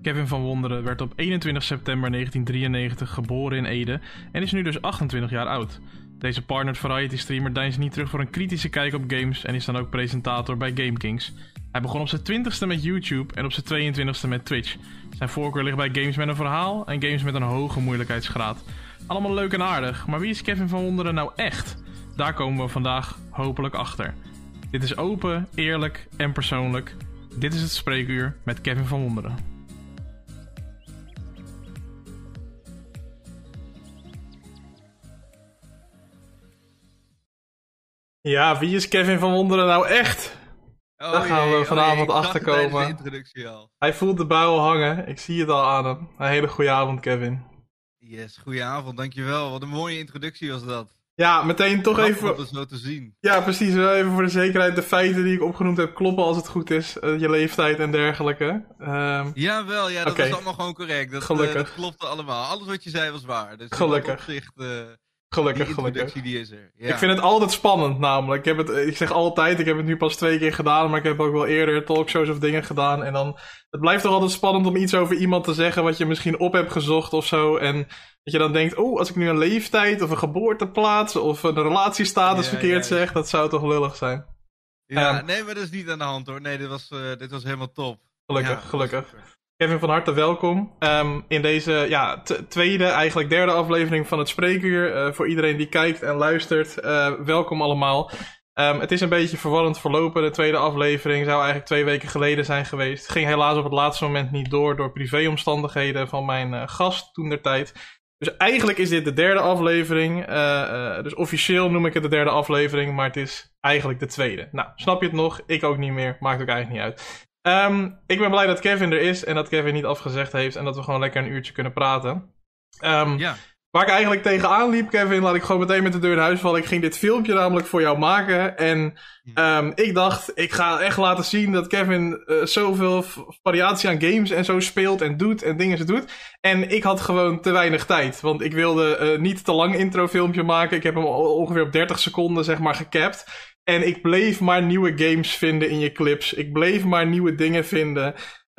Kevin van Wonderen werd op 21 september 1993 geboren in Ede en is nu dus 28 jaar oud. Deze partnered variety streamer deinst niet terug voor een kritische kijk op games en is dan ook presentator bij GameKings. Hij begon op zijn 20ste met YouTube en op zijn 22ste met Twitch. Zijn voorkeur ligt bij games met een verhaal en games met een hoge moeilijkheidsgraad. Allemaal leuk en aardig, maar wie is Kevin van Wonderen nou echt? Daar komen we vandaag hopelijk achter. Dit is open, eerlijk en persoonlijk. Dit is het Spreekuur met Kevin van Wonderen. Ja, wie is Kevin van Wonderen nou echt? Daar gaan we vanavond achter komen. Introductie al. Hij voelt de bui al hangen. Ik zie het al aan hem. Een hele goede avond, Kevin. Yes, goedenavond, dankjewel. Wat een mooie introductie was dat. Ja, meteen toch even... Om dat zo te zien. Ja, precies. Wel even voor de zekerheid. De feiten die ik opgenoemd heb kloppen als het goed is. Je leeftijd en dergelijke. Jawel, ja, dat was allemaal gewoon correct. Dat klopte allemaal. Alles wat je zei was waar. Dus gelukkig. Gelukkig. Die is er. Ja. Ik vind het altijd spannend namelijk. Ik zeg altijd, ik heb het nu pas 2 keer gedaan, maar ik heb ook wel eerder talkshows of dingen gedaan. En dan, het blijft toch altijd spannend om iets over iemand te zeggen wat je misschien op hebt gezocht of zo. En dat je dan denkt, als ik nu een leeftijd of een geboorteplaats of een relatiestatus verkeerd zeg, dat zou toch lullig zijn. Ja, nee, maar dat is niet aan de hand hoor. Nee, dit was helemaal top. Gelukkig. Kevin, van harte welkom in deze tweede, eigenlijk derde aflevering van het Spreekuur. Voor iedereen die kijkt en luistert, welkom allemaal. Het is een beetje verwarrend verlopen. De tweede aflevering zou eigenlijk 2 weken geleden zijn geweest. Ging helaas op het laatste moment niet door privéomstandigheden van mijn gast toentertijd. Dus eigenlijk is dit de derde aflevering. Dus officieel noem ik het de derde aflevering, maar het is eigenlijk de tweede. Nou, snap je het nog? Ik ook niet meer. Maakt ook eigenlijk niet uit. Ik ben blij dat Kevin er is en dat Kevin niet afgezegd heeft en dat we gewoon lekker een uurtje kunnen praten. Waar ik eigenlijk tegenaan liep, Kevin, laat ik gewoon meteen met de deur in huis vallen. Ik ging dit filmpje namelijk voor jou maken en ik dacht, ik ga echt laten zien dat Kevin zoveel variatie aan games en zo speelt en doet en dingen doet. En ik had gewoon te weinig tijd, want ik wilde niet te lang introfilmpje maken. Ik heb hem ongeveer op 30 seconden zeg maar gecapt. En ik bleef maar nieuwe games vinden in je clips. Ik bleef maar nieuwe dingen vinden.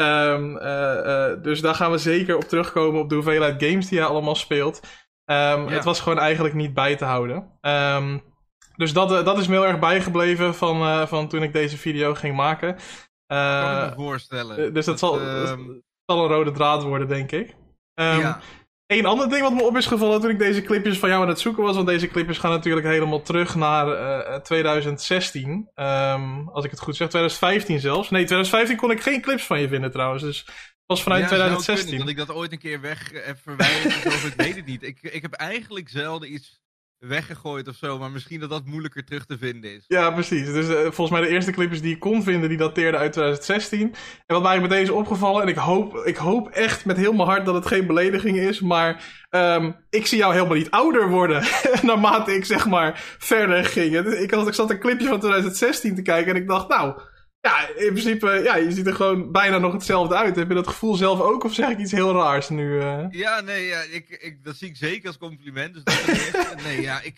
Dus daar gaan we zeker op terugkomen op de hoeveelheid games die hij allemaal speelt. Het was gewoon eigenlijk niet bij te houden. Dus dat is me heel erg bijgebleven van toen ik deze video ging maken. Kan ik me voorstellen. Dus dat zal een rode draad worden, denk ik. Een ander ding wat me op is gevallen toen ik deze clipjes van jou aan het zoeken was, want deze clipjes gaan natuurlijk helemaal terug naar 2016. Als ik het goed zeg, 2015 zelfs. Nee, 2015 kon ik geen clips van je vinden trouwens, dus het was vanuit 2016. Kunnen, dat ik dat ooit een keer weg heb verwijderd of ik weet het niet. Ik heb eigenlijk zelden iets weggegooid of zo, maar misschien dat moeilijker terug te vinden is. Ja, precies. Dus volgens mij de eerste clipjes die ik kon vinden, die dateerden uit 2016. En wat mij met deze opgevallen, en ik hoop echt met heel mijn hart dat het geen belediging is, maar ik zie jou helemaal niet ouder worden, naarmate ik zeg maar verder ging. Ik zat een clipje van 2016 te kijken en ik dacht, nou, ja, in principe, je ziet er gewoon bijna nog hetzelfde uit. Heb je dat gevoel zelf ook, of zeg ik iets heel raars nu? Ja, nee, dat zie ik zeker als compliment. Dus dat is echt, ik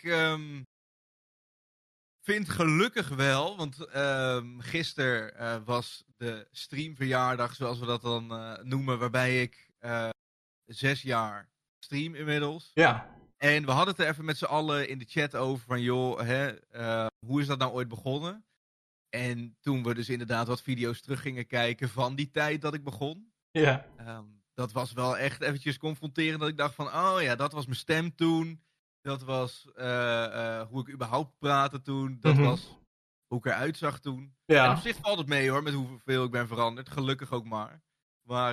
vind gelukkig wel, want gisteren was de streamverjaardag, zoals we dat dan noemen, waarbij ik 6 jaar stream inmiddels. Ja. En we hadden het er even met z'n allen in de chat over van, joh, hoe is dat nou ooit begonnen? En toen we dus inderdaad wat video's terug gingen kijken van die tijd dat ik begon. Ja. Dat was wel echt eventjes confronterend. Dat ik dacht van, oh ja, dat was mijn stem toen. Dat was hoe ik überhaupt praatte toen. Dat was hoe ik eruit zag toen. Ja. En op zich valt het mee hoor, met hoeveel ik ben veranderd. Gelukkig ook maar. Maar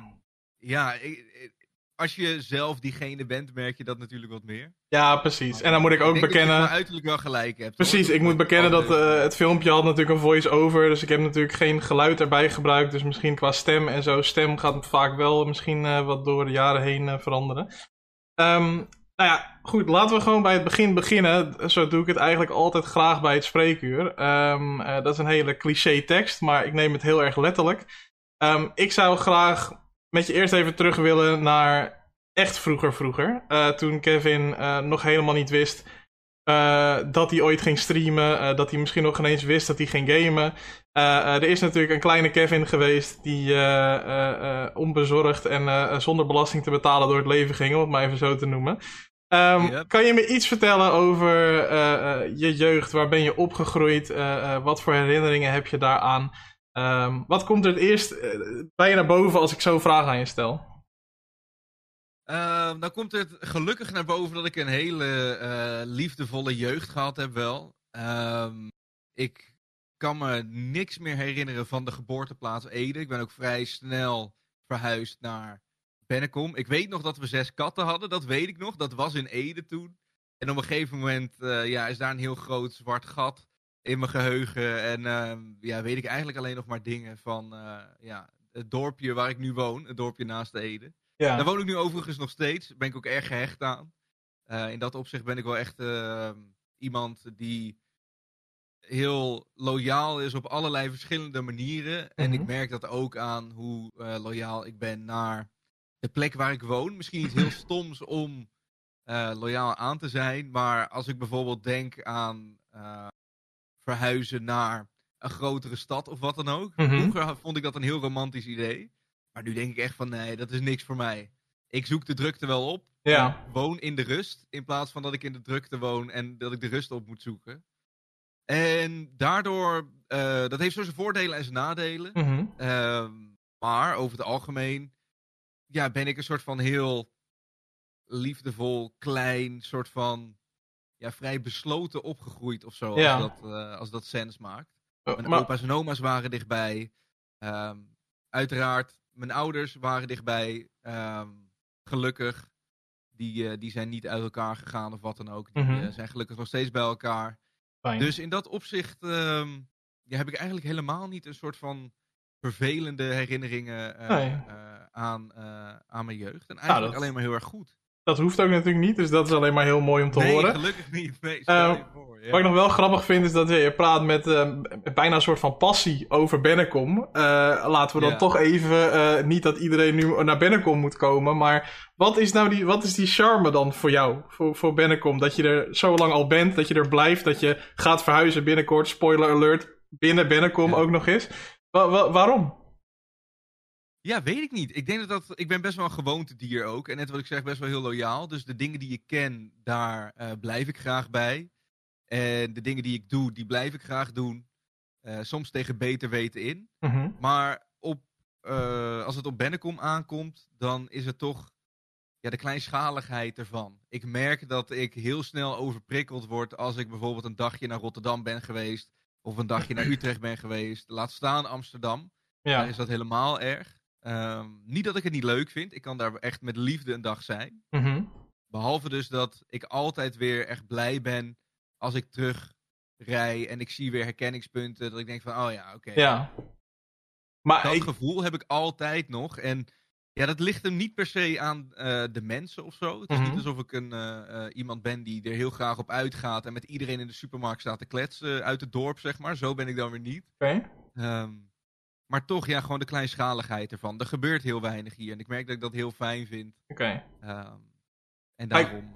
als je zelf diegene bent, merk je dat natuurlijk wat meer. Ja, precies. En dan moet ik ook bekennen... dat je uiterlijk wel gelijk hebt. Precies, ik moet bekennen dat het filmpje had natuurlijk een voice-over. Dus ik heb natuurlijk geen geluid erbij gebruikt. Dus misschien qua stem en zo. Stem gaat vaak wel misschien wat door de jaren heen veranderen. Nou ja, goed. Laten we gewoon bij het begin beginnen. Zo doe ik het eigenlijk altijd graag bij het Spreekuur. Dat is een hele cliché tekst, maar ik neem het heel erg letterlijk. Ik zou graag met je eerst even terug willen naar echt vroeger. Toen Kevin nog helemaal niet wist dat hij ooit ging streamen, dat hij misschien nog ineens wist dat hij ging gamen. Er is natuurlijk een kleine Kevin geweest die onbezorgd en zonder belasting te betalen door het leven ging, om het maar even zo te noemen. Yep. Kan je me iets vertellen over je jeugd? Waar ben je opgegroeid? Wat voor herinneringen heb je daaraan? Wat komt er het eerst bij je naar boven als ik zo vragen aan je stel? Dan komt het gelukkig naar boven dat ik een hele liefdevolle jeugd gehad heb wel. Ik kan me niks meer herinneren van de geboorteplaats Ede. Ik ben ook vrij snel verhuisd naar Bennekom. Ik weet nog dat we 6 katten hadden, dat weet ik nog. Dat was in Ede toen. En op een gegeven moment is daar een heel groot zwart gat in mijn geheugen. En weet ik eigenlijk alleen nog maar dingen van het dorpje waar ik nu woon. Het dorpje naast Ede. Ja. Daar woon ik nu overigens nog steeds. Daar ben ik ook erg gehecht aan. In dat opzicht ben ik wel echt iemand die heel loyaal is op allerlei verschillende manieren. En ik merk dat ook aan hoe loyaal ik ben naar de plek waar ik woon. Misschien iets heel stoms om loyaal aan te zijn. Maar als ik bijvoorbeeld denk aan verhuizen naar een grotere stad of wat dan ook. Vroeger vond ik dat een heel romantisch idee. Maar nu denk ik echt van nee, dat is niks voor mij. Ik zoek de drukte wel op. Ja. Woon in de rust. In plaats van dat ik in de drukte woon en dat ik de rust op moet zoeken. En daardoor, dat heeft zo zijn voordelen en zijn nadelen. Maar over het algemeen ben ik een soort van heel liefdevol, klein, soort van vrij besloten opgegroeid of zo. Ja. Als dat sens maakt. Oh, Mijn maar- opa's en oma's waren dichtbij. Uiteraard, mijn ouders waren dichtbij. Gelukkig. Die zijn niet uit elkaar gegaan of wat dan ook. Die zijn gelukkig nog steeds bij elkaar. Fijn. Dus in dat opzicht heb ik eigenlijk helemaal niet een soort van vervelende herinneringen aan mijn jeugd. En eigenlijk alleen maar heel erg goed. Dat hoeft ook natuurlijk niet, dus dat is alleen maar heel mooi om te Nee, horen. gelukkig niet. Nee, stel je voor. Ja. Wat ik nog wel grappig vind is dat je praat met bijna een soort van passie over Bennekom. Laten we dan toch even, niet dat iedereen nu naar Bennekom moet komen, maar wat is die charme dan voor jou, voor Bennekom? Dat je er zo lang al bent, dat je er blijft, dat je gaat verhuizen binnenkort, spoiler alert, binnen Bennekom ook nog eens. Waarom? Ja, weet ik niet. Ik denk ik ben best wel een gewoontedier ook. En net wat ik zeg, best wel heel loyaal. Dus de dingen die ik ken, daar blijf ik graag bij. En de dingen die ik doe, die blijf ik graag doen. Soms tegen beter weten in. Maar als het op Bennekom aankomt, dan is het toch de kleinschaligheid ervan. Ik merk dat ik heel snel overprikkeld word als ik bijvoorbeeld een dagje naar Rotterdam ben geweest. Of een dagje naar Utrecht ben geweest. Laat staan Amsterdam. Ja. Daar is dat helemaal erg. Niet dat ik het niet leuk vind. Ik kan daar echt met liefde een dag zijn. Behalve dus dat ik altijd weer echt blij ben als ik terug rij en ik zie weer herkenningspunten. Dat ik denk van, oh ja, oké. Ja. Maar Dat gevoel heb ik altijd nog. En dat ligt hem niet per se aan de mensen of zo. Het is niet alsof ik iemand ben die er heel graag op uitgaat en met iedereen in de supermarkt staat te kletsen uit het dorp, zeg maar. Zo ben ik dan weer niet. Oké. Maar toch, gewoon de kleinschaligheid ervan. Er gebeurt heel weinig hier. En ik merk dat ik dat heel fijn vind. Oké. En daarom...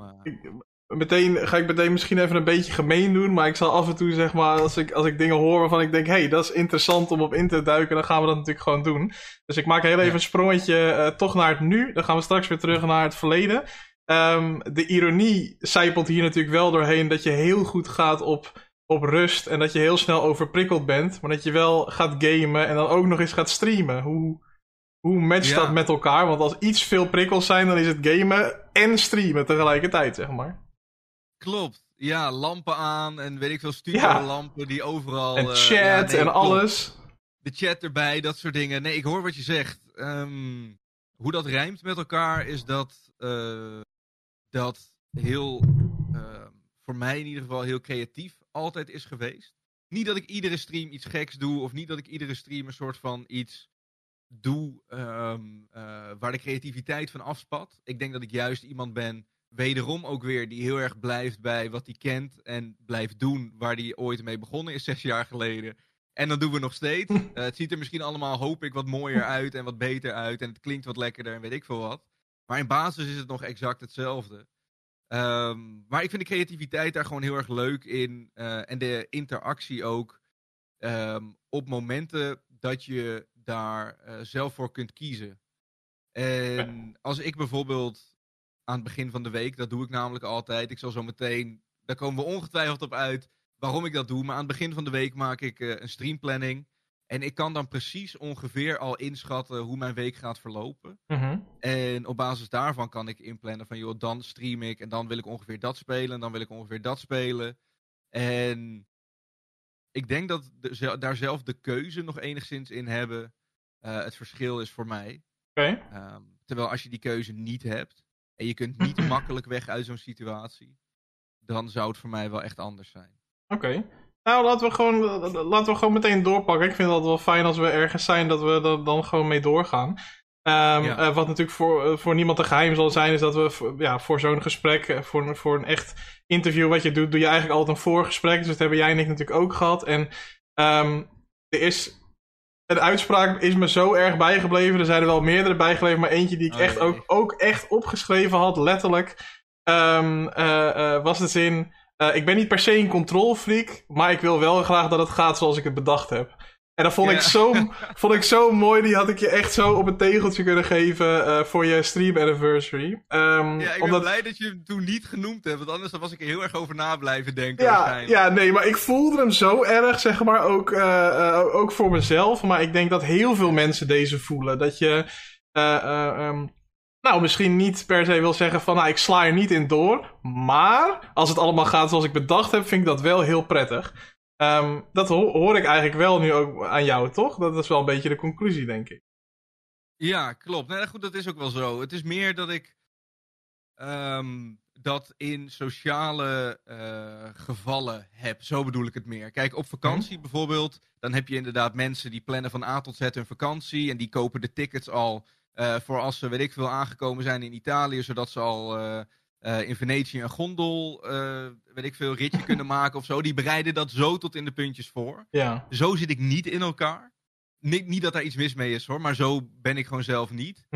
Ga ik meteen misschien even een beetje gemeen doen, maar ik zal af en toe, zeg maar, als ik dingen hoor waarvan ik denk, hey, dat is interessant om op in te duiken, dan gaan we dat natuurlijk gewoon doen. Dus ik maak heel even een sprongetje toch naar het nu, dan gaan we straks weer terug naar het verleden. De ironie zijpelt hier natuurlijk wel doorheen dat je heel goed gaat op rust en dat je heel snel overprikkeld bent, maar dat je wel gaat gamen en dan ook nog eens gaat streamen. Hoe matcht dat met elkaar? Want als iets veel prikkels zijn, dan is het gamen en streamen tegelijkertijd, zeg maar. Klopt. Ja, lampen aan en weet ik veel, studiolampen die overal... En chat en alles. De chat erbij, dat soort dingen. Nee, ik hoor wat je zegt. Hoe dat rijmt met elkaar is dat heel, voor mij in ieder geval heel creatief altijd is geweest. Niet dat ik iedere stream iets geks doe, of niet dat ik iedere stream een soort van iets doe waar de creativiteit van afspat. Ik denk dat ik juist iemand ben, wederom ook weer, die heel erg blijft bij wat hij kent en blijft doen waar hij ooit mee begonnen is 6 jaar geleden. En dat doen we nog steeds. Het ziet er misschien allemaal, hoop ik, wat mooier uit en wat beter uit. En het klinkt wat lekkerder en weet ik veel wat. Maar in basis is het nog exact hetzelfde. Maar ik vind de creativiteit daar gewoon heel erg leuk in. En de interactie ook. Op momenten dat je daar zelf voor kunt kiezen. En als ik bijvoorbeeld aan het begin van de week, dat doe ik namelijk altijd. Ik zal zo meteen, daar komen we ongetwijfeld op uit waarom ik dat doe. Maar aan het begin van de week maak ik een streamplanning. En ik kan dan precies ongeveer al inschatten hoe mijn week gaat verlopen. En op basis daarvan kan ik inplannen van, joh, dan stream ik en dan wil ik ongeveer dat spelen en dan wil ik ongeveer dat spelen. En ik denk dat daar zelf de keuze nog enigszins in hebben het verschil is voor mij. Terwijl als je die keuze niet hebt en je kunt niet makkelijk weg uit zo'n situatie, dan zou het voor mij wel echt anders zijn. Oké. Nou, laten we gewoon meteen doorpakken. Ik vind het altijd wel fijn als we ergens zijn dat we er dan gewoon mee doorgaan. Wat natuurlijk voor niemand een geheim zal zijn, is dat we voor zo'n gesprek, voor een echt interview wat je doet, doe je eigenlijk altijd een voorgesprek. Dus dat hebben jij en ik natuurlijk ook gehad. En er is een uitspraak is me zo erg bijgebleven. Er zijn er wel meerdere bijgebleven, maar eentje die ik ook echt opgeschreven had, letterlijk, was de zin: ik ben niet per se een controlfreak, maar ik wil wel graag dat het gaat zoals ik het bedacht heb. En dat vond ik zo mooi. Die had ik je echt zo op een tegeltje kunnen geven voor je stream anniversary. Ik ben blij dat je hem toen niet genoemd hebt, want anders was ik er heel erg over na blijven denken. Ja, nee, maar ik voelde hem zo erg, zeg maar, ook voor mezelf. Maar ik denk dat heel veel mensen deze voelen. Dat je misschien niet per se wil zeggen van, ik sla er niet in door. Maar als het allemaal gaat zoals ik bedacht heb, vind ik dat wel heel prettig. Dat hoor ik eigenlijk wel nu ook aan jou, toch? Dat is wel een beetje de conclusie, denk ik. Ja, klopt. Nee, goed, dat is ook wel zo. Het is meer dat ik dat in sociale gevallen heb. Zo bedoel ik het meer. Kijk, op vakantie bijvoorbeeld, dan heb je inderdaad mensen die plannen van A tot Z hun vakantie en die kopen de tickets al voor als ze, weet ik veel, aangekomen zijn in Italië, zodat ze al in Venetië een gondel, weet ik veel, ritje kunnen maken of zo. Die bereiden dat zo tot in de puntjes voor. Ja. Zo zit ik niet in elkaar. Niet dat daar iets mis mee is hoor, maar zo ben ik gewoon zelf niet.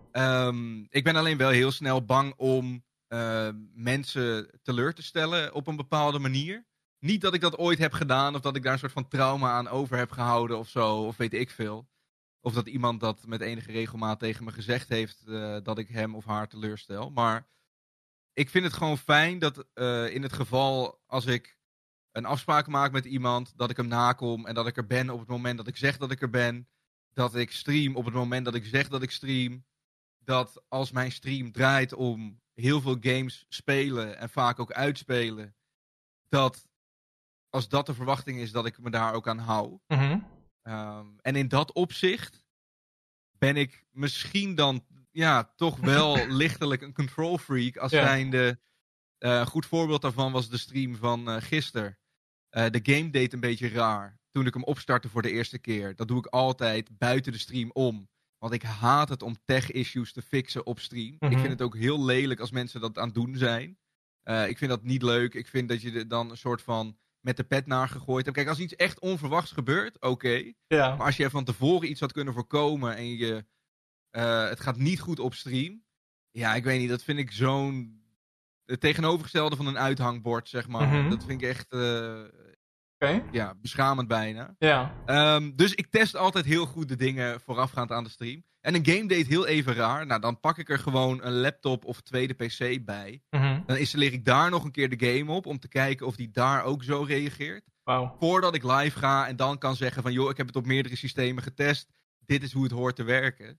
Ik ben alleen wel heel snel bang om mensen teleur te stellen op een bepaalde manier. Niet dat ik dat ooit heb gedaan of dat ik daar een soort van trauma aan over heb gehouden of zo, of weet ik veel. Of dat iemand dat met enige regelmaat tegen me gezegd heeft dat ik hem of haar teleurstel. Maar ik vind het gewoon fijn dat in het geval als ik een afspraak maak met iemand, dat ik hem nakom en dat ik er ben op het moment dat ik zeg dat ik er ben. Dat ik stream op het moment dat ik zeg dat ik stream. Dat als mijn stream draait om heel veel games spelen en vaak ook uitspelen, dat als dat de verwachting is, dat ik me daar ook aan hou. En in dat opzicht ben ik misschien dan toch wel lichtelijk een control freak. Als zijnde, goed voorbeeld daarvan was de stream van gisteren. De game deed een beetje raar toen ik hem opstartte voor de eerste keer. Dat doe ik altijd buiten de stream om. Want ik haat het om tech-issues te fixen op stream. Ik vind het ook heel lelijk als mensen dat aan het doen zijn. Ik vind dat niet leuk. Ik vind dat je er dan een soort van met de pet naar gegooid hebt. Kijk, als iets echt onverwachts gebeurt, oké. Maar als je er van tevoren iets had kunnen voorkomen en het gaat niet goed op stream. Ja, ik weet niet. Dat vind ik het tegenovergestelde van een uithangbord, zeg maar. Dat vind ik echt beschamend bijna. Dus ik test altijd heel goed de dingen voorafgaand aan de stream. En een game deed heel even raar. Nou, dan pak ik er gewoon een laptop of tweede PC bij. Dan installeer ik daar nog een keer de game op om te kijken of die daar ook zo reageert. Voordat ik live ga en dan kan zeggen van, joh, ik heb het op meerdere systemen getest. Dit is hoe het hoort te werken.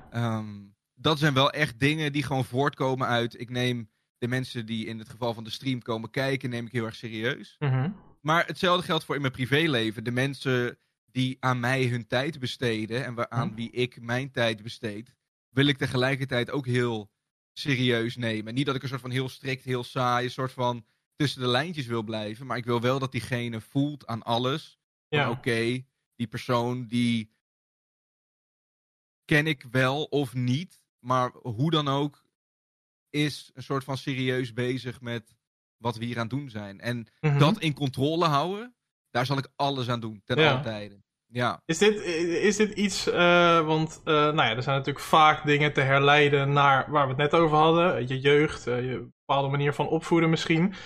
Dat zijn wel echt dingen die gewoon voortkomen uit, ik neem de mensen die in het geval van de stream komen kijken, neem ik heel erg serieus. Maar hetzelfde geldt voor in mijn privéleven. De mensen die aan mij hun tijd besteden en aan wie ik mijn tijd besteed, wil ik tegelijkertijd ook heel serieus nemen. Niet dat ik een soort van heel strikt, heel saai, een soort van tussen de lijntjes wil blijven, maar ik wil wel dat diegene voelt aan alles. Oké, die persoon die ken ik wel of niet, maar hoe dan ook is een soort van serieus bezig met wat we hier aan het doen zijn. En dat in controle houden, daar zal ik alles aan doen, ten alle tijden. Ja. Is dit iets, want nou ja, er zijn natuurlijk vaak dingen te herleiden naar waar we het net over hadden. Je jeugd, je bepaalde manier van opvoeden misschien.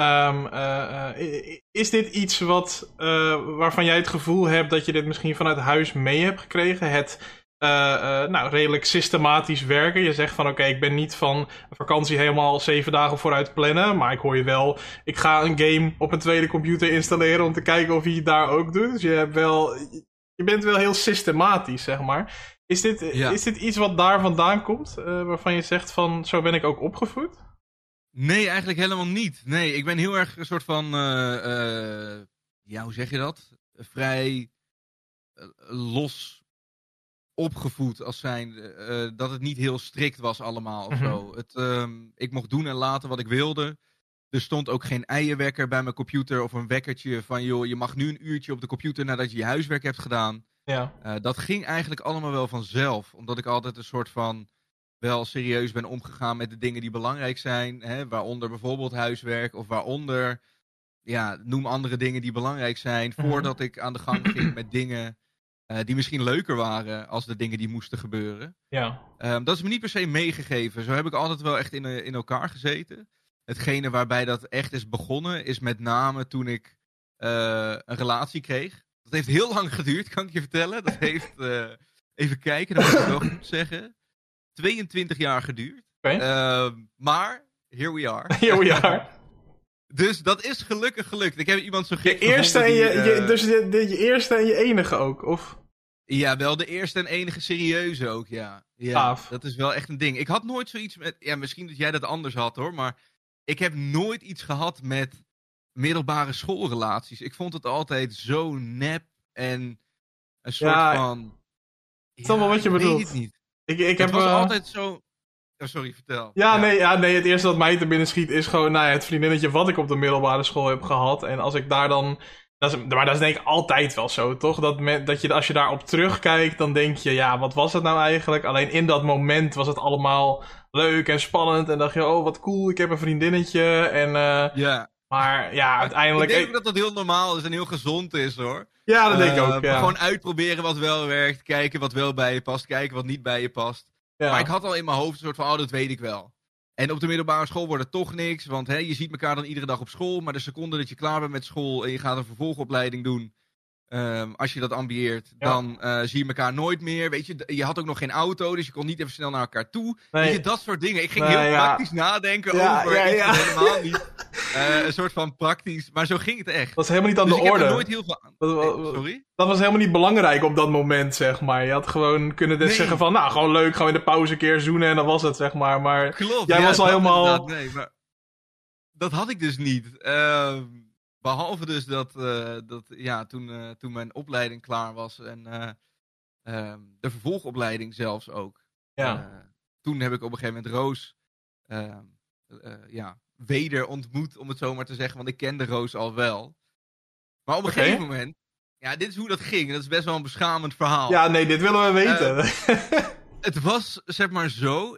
Is dit iets waarvan jij het gevoel hebt dat je dit misschien vanuit huis mee hebt gekregen? Het nou, redelijk systematisch werken. Je zegt van oké, ik ben niet van een vakantie helemaal 7 dagen vooruit plannen. Maar ik hoor je wel, ik ga een game op een tweede computer installeren om te kijken of hij het daar ook doet. Dus je bent wel heel systematisch, zeg maar. Is dit iets wat daar vandaan komt? Waarvan je zegt van, zo ben ik ook opgevoed? Nee, eigenlijk helemaal niet. Nee, ik ben heel erg een soort van, ja, hoe zeg je dat? Vrij los opgevoed als zijn, dat het niet heel strikt was allemaal of zo. Ik mocht doen en laten wat ik wilde. Er stond ook geen eierwekker bij mijn computer of een wekkertje van joh, je mag nu een uurtje op de computer nadat je je huiswerk hebt gedaan. Ja. Dat ging eigenlijk allemaal wel vanzelf, omdat ik altijd een soort van wel serieus ben omgegaan met de dingen die belangrijk zijn. Hè, waaronder bijvoorbeeld huiswerk of waaronder, ja, noem andere dingen die belangrijk zijn. Voordat ik aan de gang ging met dingen die misschien leuker waren als de dingen die moesten gebeuren. Ja. Dat is me niet per se meegegeven. Zo heb ik altijd wel echt in elkaar gezeten. Hetgene waarbij dat echt is begonnen is met name toen ik een relatie kreeg. Dat heeft heel lang geduurd, kan ik je vertellen. Dat heeft, even kijken, dat moet ik wel goed zeggen, 22 jaar geduurd. Okay. Maar, here we are. Here we are. Dus dat is gelukkig gelukt. Ik heb iemand zo gek je eerste gevonden dus je eerste en je enige ook, of? Ja, wel de eerste en enige serieuze ook, ja. Gaaf. Dat is wel echt een ding. Ik had nooit zoiets met, ja, misschien dat jij dat anders had hoor, maar ik heb nooit iets gehad met middelbare schoolrelaties. Ik vond het altijd zo nep en een soort van... Ik snap wel wat je bedoelt. Ik weet het niet. Ik heb was altijd zo... Oh, sorry, vertel. Nee, het eerste dat mij te binnen schiet is gewoon het vriendinnetje wat ik op de middelbare school heb gehad. En als ik daar dan... Maar dat is denk ik altijd wel zo, toch? Dat je, als je daarop terugkijkt, dan denk je, ja, wat was het nou eigenlijk? Alleen in dat moment was het allemaal leuk en spannend. En dacht je, oh, wat cool, ik heb een vriendinnetje. En, Maar ja, uiteindelijk... Ik denk dat dat heel normaal is en heel gezond is, hoor. Ja, dat denk ik ook, ja. Gewoon uitproberen wat wel werkt, kijken wat wel bij je past, kijken wat niet bij je past. Ja. Maar ik had al in mijn hoofd een soort van, oh, dat weet ik wel. En op de middelbare school wordt het toch niks, want je ziet elkaar dan iedere dag op school. Maar de seconde dat je klaar bent met school en je gaat een vervolgopleiding doen, als je dat ambieert, dan zie je elkaar nooit meer. Weet je, je had ook nog geen auto, dus je kon niet even snel naar elkaar toe. Nee. Weet je, dat soort dingen. Ik ging heel praktisch nadenken over iets helemaal niet. Een soort van praktisch, maar zo ging het echt. Dat was helemaal niet aan dus de orde. orde. Ik heb er nooit heel veel aan. Sorry? Dat was helemaal niet belangrijk op dat moment, zeg maar. Je had gewoon kunnen zeggen van, nou, gewoon leuk, gaan we in de pauze een keer zoenen en dat was het, zeg maar. Maar klopt, jij was al helemaal... Nee, maar dat had ik dus niet. Behalve dus dat toen mijn opleiding klaar was en de vervolgopleiding zelfs ook. Ja. Toen heb ik op een gegeven moment Roos weder ontmoet, om het zo maar te zeggen. Want ik kende Roos al wel. Maar op een gegeven moment... Ja, dit is hoe dat ging. Dat is best wel een beschamend verhaal. Ja, nee, dit willen we weten. Het was, zeg maar zo...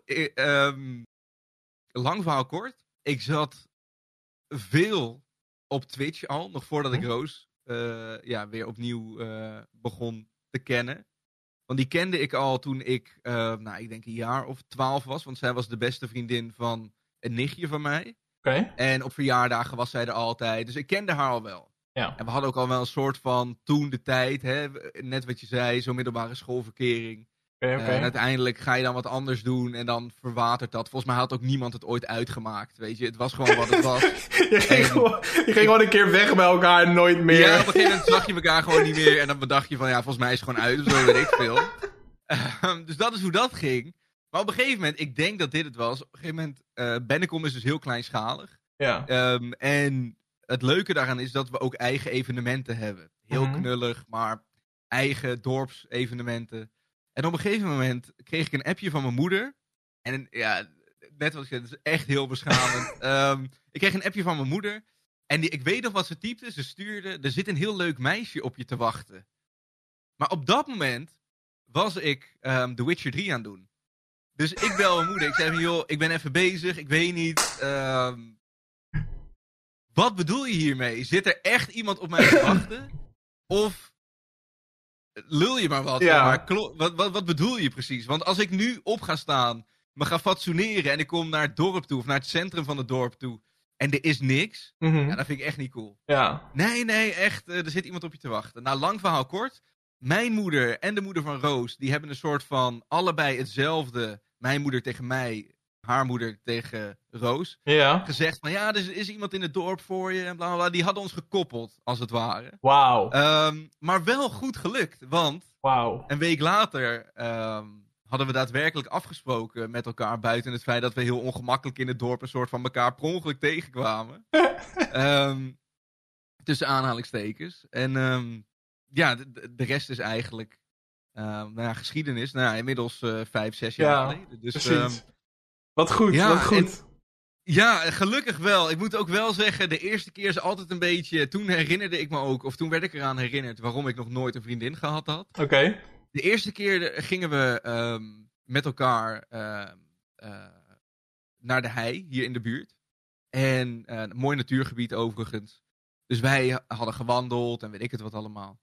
lang verhaal kort. Ik zat veel op Twitch al. Nog voordat ik Roos weer opnieuw begon te kennen. Want die kende ik al toen ik, ik denk een jaar of 12 was. Want zij was de beste vriendin van een nichtje van mij. Okay. En op verjaardagen was zij er altijd. Dus ik kende haar al wel. Ja. En we hadden ook al wel een soort van toen de tijd. Net wat je zei, zo'n middelbare schoolverkering. Okay. En uiteindelijk ga je dan wat anders doen en dan verwatert dat. Volgens mij had ook niemand het ooit uitgemaakt, weet je. Het was gewoon wat het was. je ging gewoon een keer weg bij elkaar en nooit meer. Ja, op een gegeven moment zag je elkaar gewoon niet meer. En dan bedacht je van, volgens mij is het gewoon uit of zo, weet ik veel. Dus dat is hoe dat ging. Maar op een gegeven moment, ik denk dat dit het was. Op een gegeven moment, Bennekom is dus heel kleinschalig. Ja. En het leuke daaraan is dat we ook eigen evenementen hebben. Heel knullig, maar eigen dorpsevenementen. En op een gegeven moment kreeg ik een appje van mijn moeder. En net wat ik zei, het is echt heel beschamend. Ik kreeg een appje van mijn moeder. En ik weet nog wat ze typte. Ze stuurde, er zit een heel leuk meisje op je te wachten. Maar op dat moment was ik The Witcher 3 aan het doen. Dus ik bel mijn moeder. Ik zei van, joh, ik ben even bezig. Ik weet niet. Wat bedoel je hiermee? Zit er echt iemand op mij te wachten? Of lul je maar wat. Ja. Maar wat bedoel je precies? Want als ik nu op ga staan, me ga fatsoeneren en ik kom naar het dorp toe, of naar het centrum van het dorp toe, en er is niks, ja, dat vind ik echt niet cool. Ja. Nee, echt, er zit iemand op je te wachten. Nou, lang verhaal kort. Mijn moeder en de moeder van Roos, die hebben een soort van allebei hetzelfde. Mijn moeder tegen mij, haar moeder tegen Roos. Ja. Gezegd van, ja, er is iemand in het dorp voor je en bla bla bla. Die hadden ons gekoppeld, als het ware. Wauw. Maar wel goed gelukt, want Wauw. een week later hadden we daadwerkelijk afgesproken met elkaar, buiten het feit dat we heel ongemakkelijk in het dorp een soort van elkaar per ongeluk tegenkwamen. Tussen aanhalingstekens. En ja, de rest is eigenlijk geschiedenis. Nou ja, inmiddels 5, 6 jaar geleden. Dus, precies. Wat goed, ja, wat goed. Ja, gelukkig wel. Ik moet ook wel zeggen, de eerste keer is altijd een beetje... Toen herinnerde ik me ook, of toen werd ik eraan herinnerd waarom ik nog nooit een vriendin gehad had. Oké. De eerste keer gingen we met elkaar naar de hei, hier in de buurt. En een mooi natuurgebied overigens. Dus wij hadden gewandeld en weet ik het wat allemaal.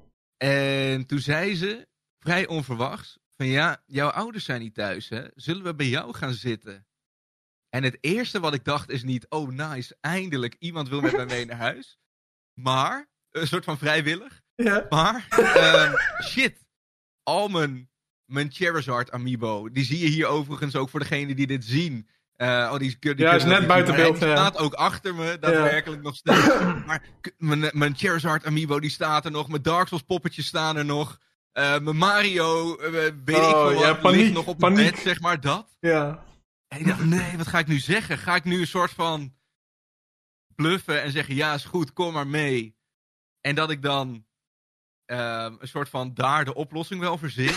En toen zei ze, vrij onverwachts, van ja, jouw ouders zijn niet thuis, hè? Zullen we bij jou gaan zitten? En het eerste wat ik dacht is niet, oh nice, eindelijk, iemand wil met mij mee naar huis. Maar, een soort van vrijwillig. Ja. Maar, shit, al mijn Charizard amiibo, die zie je hier overigens ook voor degenen die dit zien. Die is net buiten beeld. Die staat ook achter me, daadwerkelijk nog steeds. Maar mijn Charizard amiibo, die staat er nog. Mijn Dark Souls poppetjes staan er nog. Mijn Mario, weet ik veel wat, ligt nog op het bed, zeg maar, dat. Ja. En ik dacht, nee, wat ga ik nu zeggen? Ga ik nu een soort van bluffen en zeggen, ja, is goed, kom maar mee. En dat ik dan een soort van daar de oplossing wel verzin.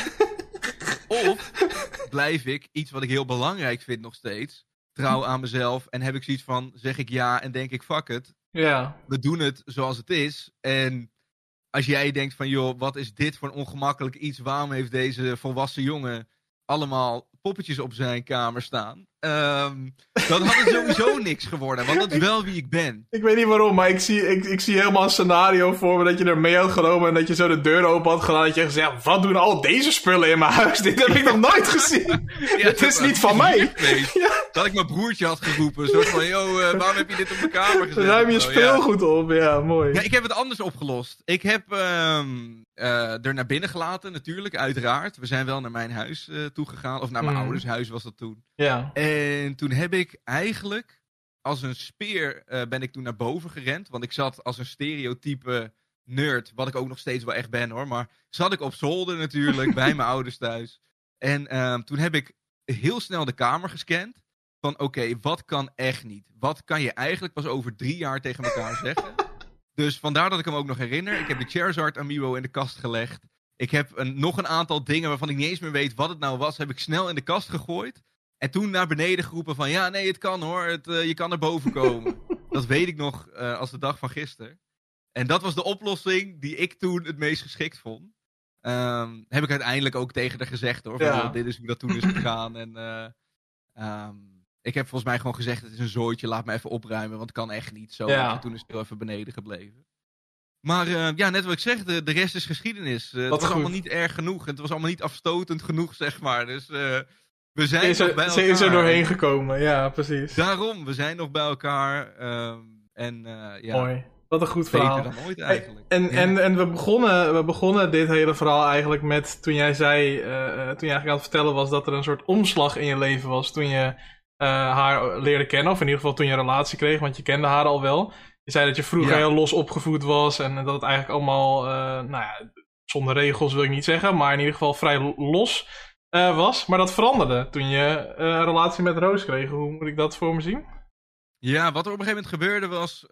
Of blijf ik, iets wat ik heel belangrijk vind nog steeds, trouw aan mezelf. En heb ik zoiets van, zeg ik ja en denk ik, fuck it. Ja. We doen het zoals het is. En als jij denkt van, joh, wat is dit voor een ongemakkelijk iets? Waarom heeft deze volwassen jongen allemaal poppetjes op zijn kamer staan? Dan had het sowieso niks geworden, want dat is wel wie ik ben. Ik weet niet waarom, maar ik zie helemaal een scenario voor me dat je er mee had genomen en dat je zo de deur open had gedaan. Dat je gezegd, wat doen al deze spullen in mijn huis? Dit heb ik nog nooit gezien. Het is niet van mij. Ja. Dat ik mijn broertje had geroepen. Een soort van, waarom heb je dit op mijn kamer gezet? Ruim je speelgoed op, ja, mooi. Ja, ik heb het anders opgelost. Ik heb er naar binnen gelaten, natuurlijk, uiteraard. We zijn wel naar mijn huis toegegaan. Of naar mijn ouders huis was dat toen. Ja. En toen heb ik eigenlijk, als een speer, ben ik toen naar boven gerend. Want ik zat als een stereotype nerd, wat ik ook nog steeds wel echt ben hoor. Maar zat ik op zolder natuurlijk, bij mijn ouders thuis. En toen heb ik heel snel de kamer gescand. Van oké, wat kan echt niet? Wat kan je eigenlijk pas over 3 jaar tegen elkaar zeggen? Dus vandaar dat ik hem ook nog herinner. Ik heb de Charizard amiibo in de kast gelegd. Ik heb nog een aantal dingen waarvan ik niet eens meer weet wat het nou was, heb ik snel in de kast gegooid. En toen naar beneden geroepen van, ja, nee, het kan hoor. Je kan er boven komen. Dat weet ik nog als de dag van gisteren. En dat was de oplossing die ik toen het meest geschikt vond. Heb ik uiteindelijk ook tegen haar gezegd hoor. Van, Ja. dit is hoe dat toen is gegaan. En ik heb volgens mij gewoon gezegd, het is een zooitje, laat me even opruimen. Want het kan echt niet zo. Ja. En toen is het heel even beneden gebleven. Maar ja, net wat ik zeg, de rest is geschiedenis. Het was allemaal niet erg genoeg. Het was allemaal niet afstotend genoeg, zeg maar. Dus we zijn nog bij elkaar. Ze is er doorheen gekomen, ja, precies. Daarom, we zijn nog bij elkaar. Ja, mooi. Wat een goed verhaal. beter dan ooit eigenlijk. En we begonnen dit hele verhaal eigenlijk met toen jij zei, toen jij eigenlijk aan het vertellen was dat er een soort omslag in je leven was toen je haar leerde kennen. Of in ieder geval toen je een relatie kreeg, want je kende haar al wel. Je zei dat je vroeger heel los opgevoed was en dat het eigenlijk allemaal, zonder regels wil ik niet zeggen, maar in ieder geval vrij los was. Maar dat veranderde toen je een relatie met Roos kreeg. Hoe moet ik dat voor me zien? Ja, wat er op een gegeven moment gebeurde was,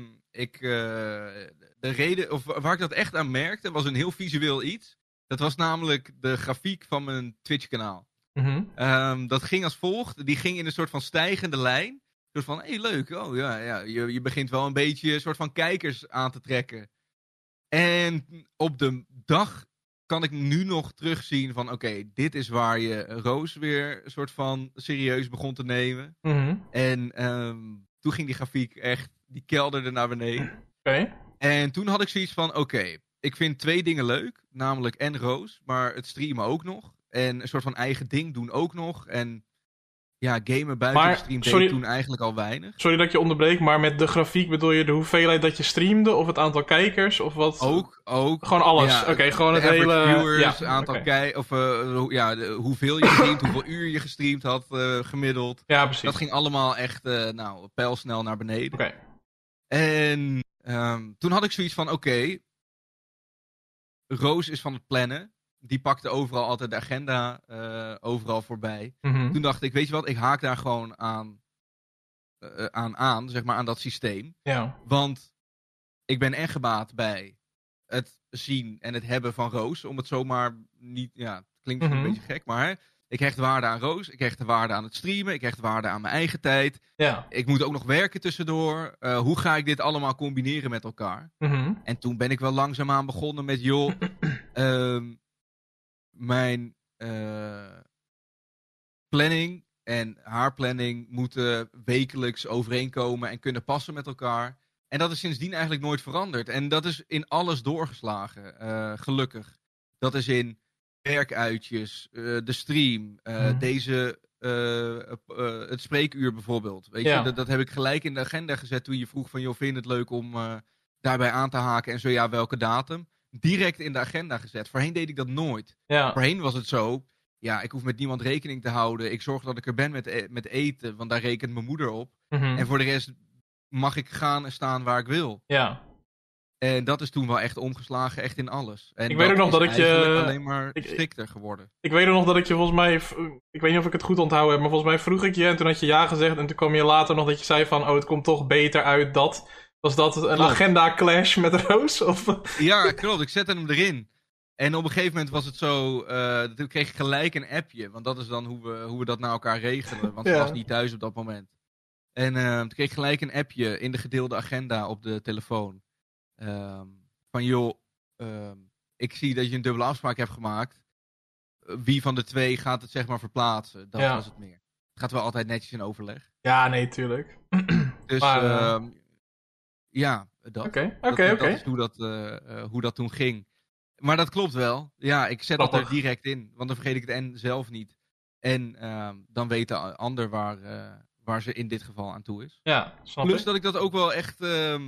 de reden, of waar ik dat echt aan merkte, was een heel visueel iets. Dat was namelijk de grafiek van mijn Twitch-kanaal. Dat ging als volgt. Die ging in een soort van stijgende lijn. Een soort van, hé, leuk. Oh ja, je begint wel een beetje een soort van kijkers aan te trekken. En op de dag kan ik nu nog terugzien van, oké, dit is waar je Roos weer een soort van serieus begon te nemen. En toen ging die grafiek echt, die kelderde naar beneden. Oké. En toen had ik zoiets van, oké, ik vind 2 dingen leuk. Namelijk en Roos, maar het streamen ook nog. En een soort van eigen ding doen ook nog. En ja, gamen buiten Maar, de stream deed sorry- ik toen eigenlijk al weinig. Sorry dat ik je onderbreek, maar met de grafiek bedoel je de hoeveelheid dat je streamde? Of het aantal kijkers? Of wat? Ook. Gewoon alles? Ja, Oké, gewoon de het hele... average viewers, ja, aantal oké. hoeveel je streamt, hoeveel uur je gestreamd had gemiddeld. Ja, precies. Dat ging allemaal echt pijlsnel naar beneden. Oké. En toen had ik zoiets van, oké, Roos is van het plannen. Die pakte overal altijd de agenda overal voorbij. Mhm. Toen dacht ik, weet je wat, ik haak daar gewoon aan, zeg maar, aan dat systeem. Ja. Want ik ben echt gebaat bij het zien en het hebben van Roos. Om het zomaar niet, ja, het klinkt misschien een beetje gek, maar hè, ik hecht waarde aan Roos. Ik hecht waarde aan het streamen. Ik hecht waarde aan mijn eigen tijd. Ja. Ik moet ook nog werken tussendoor. Hoe ga ik dit allemaal combineren met elkaar? Mhm. En toen ben ik wel langzaamaan begonnen met, joh, mijn planning en haar planning moeten wekelijks overeenkomen en kunnen passen met elkaar. En dat is sindsdien eigenlijk nooit veranderd. En dat is in alles doorgeslagen, gelukkig. Dat is in werkuitjes, de stream, het spreekuur bijvoorbeeld. Weet Ja. je, dat heb ik gelijk in de agenda gezet toen je vroeg van, joh, vind je het leuk om daarbij aan te haken en zo ja, welke datum? Direct in de agenda gezet. Voorheen deed ik dat nooit. Ja. Voorheen was het zo, ja, ik hoef met niemand rekening te houden. Ik zorg dat ik er ben met eten, want daar rekent mijn moeder op. Mhm. En voor de rest mag ik gaan en staan waar ik wil. Ja. En dat is toen wel echt omgeslagen, echt in alles. En Ik weet ook nog is dat ik je- eigenlijk alleen maar ik- strikter geworden. Ik weet ook nog dat ik je volgens mij... Ik weet niet of ik het goed onthouden heb, maar volgens mij vroeg ik je en toen had je ja gezegd. En toen kwam je later nog dat je zei van... Oh, het komt toch beter uit dat... Was dat een Klopt. agenda clash met Roos? Of... Ja, klopt. Ik zette hem erin. En op een gegeven moment was het zo... toen kreeg ik gelijk een appje. Want dat is dan hoe we dat naar elkaar regelen. Want ze Ja. was niet thuis op dat moment. En toen kreeg ik gelijk een appje in de gedeelde agenda op de telefoon. Van joh, ik zie dat je een dubbele afspraak hebt gemaakt. Wie van de 2 gaat het zeg maar verplaatsen? Dat Ja. was het meer. Het gaat wel altijd netjes in overleg. Ja, nee, tuurlijk. Dus Maar, ja, dat. Oké. Dat is hoe dat toen ging. Maar dat klopt wel. Ja, ik zet dat er Grappig. direct in. Want dan vergeet ik het en zelf niet. En dan weet de ander waar ze in dit geval aan toe is. Ja, snap Plus ik. dat ik dat ook wel echt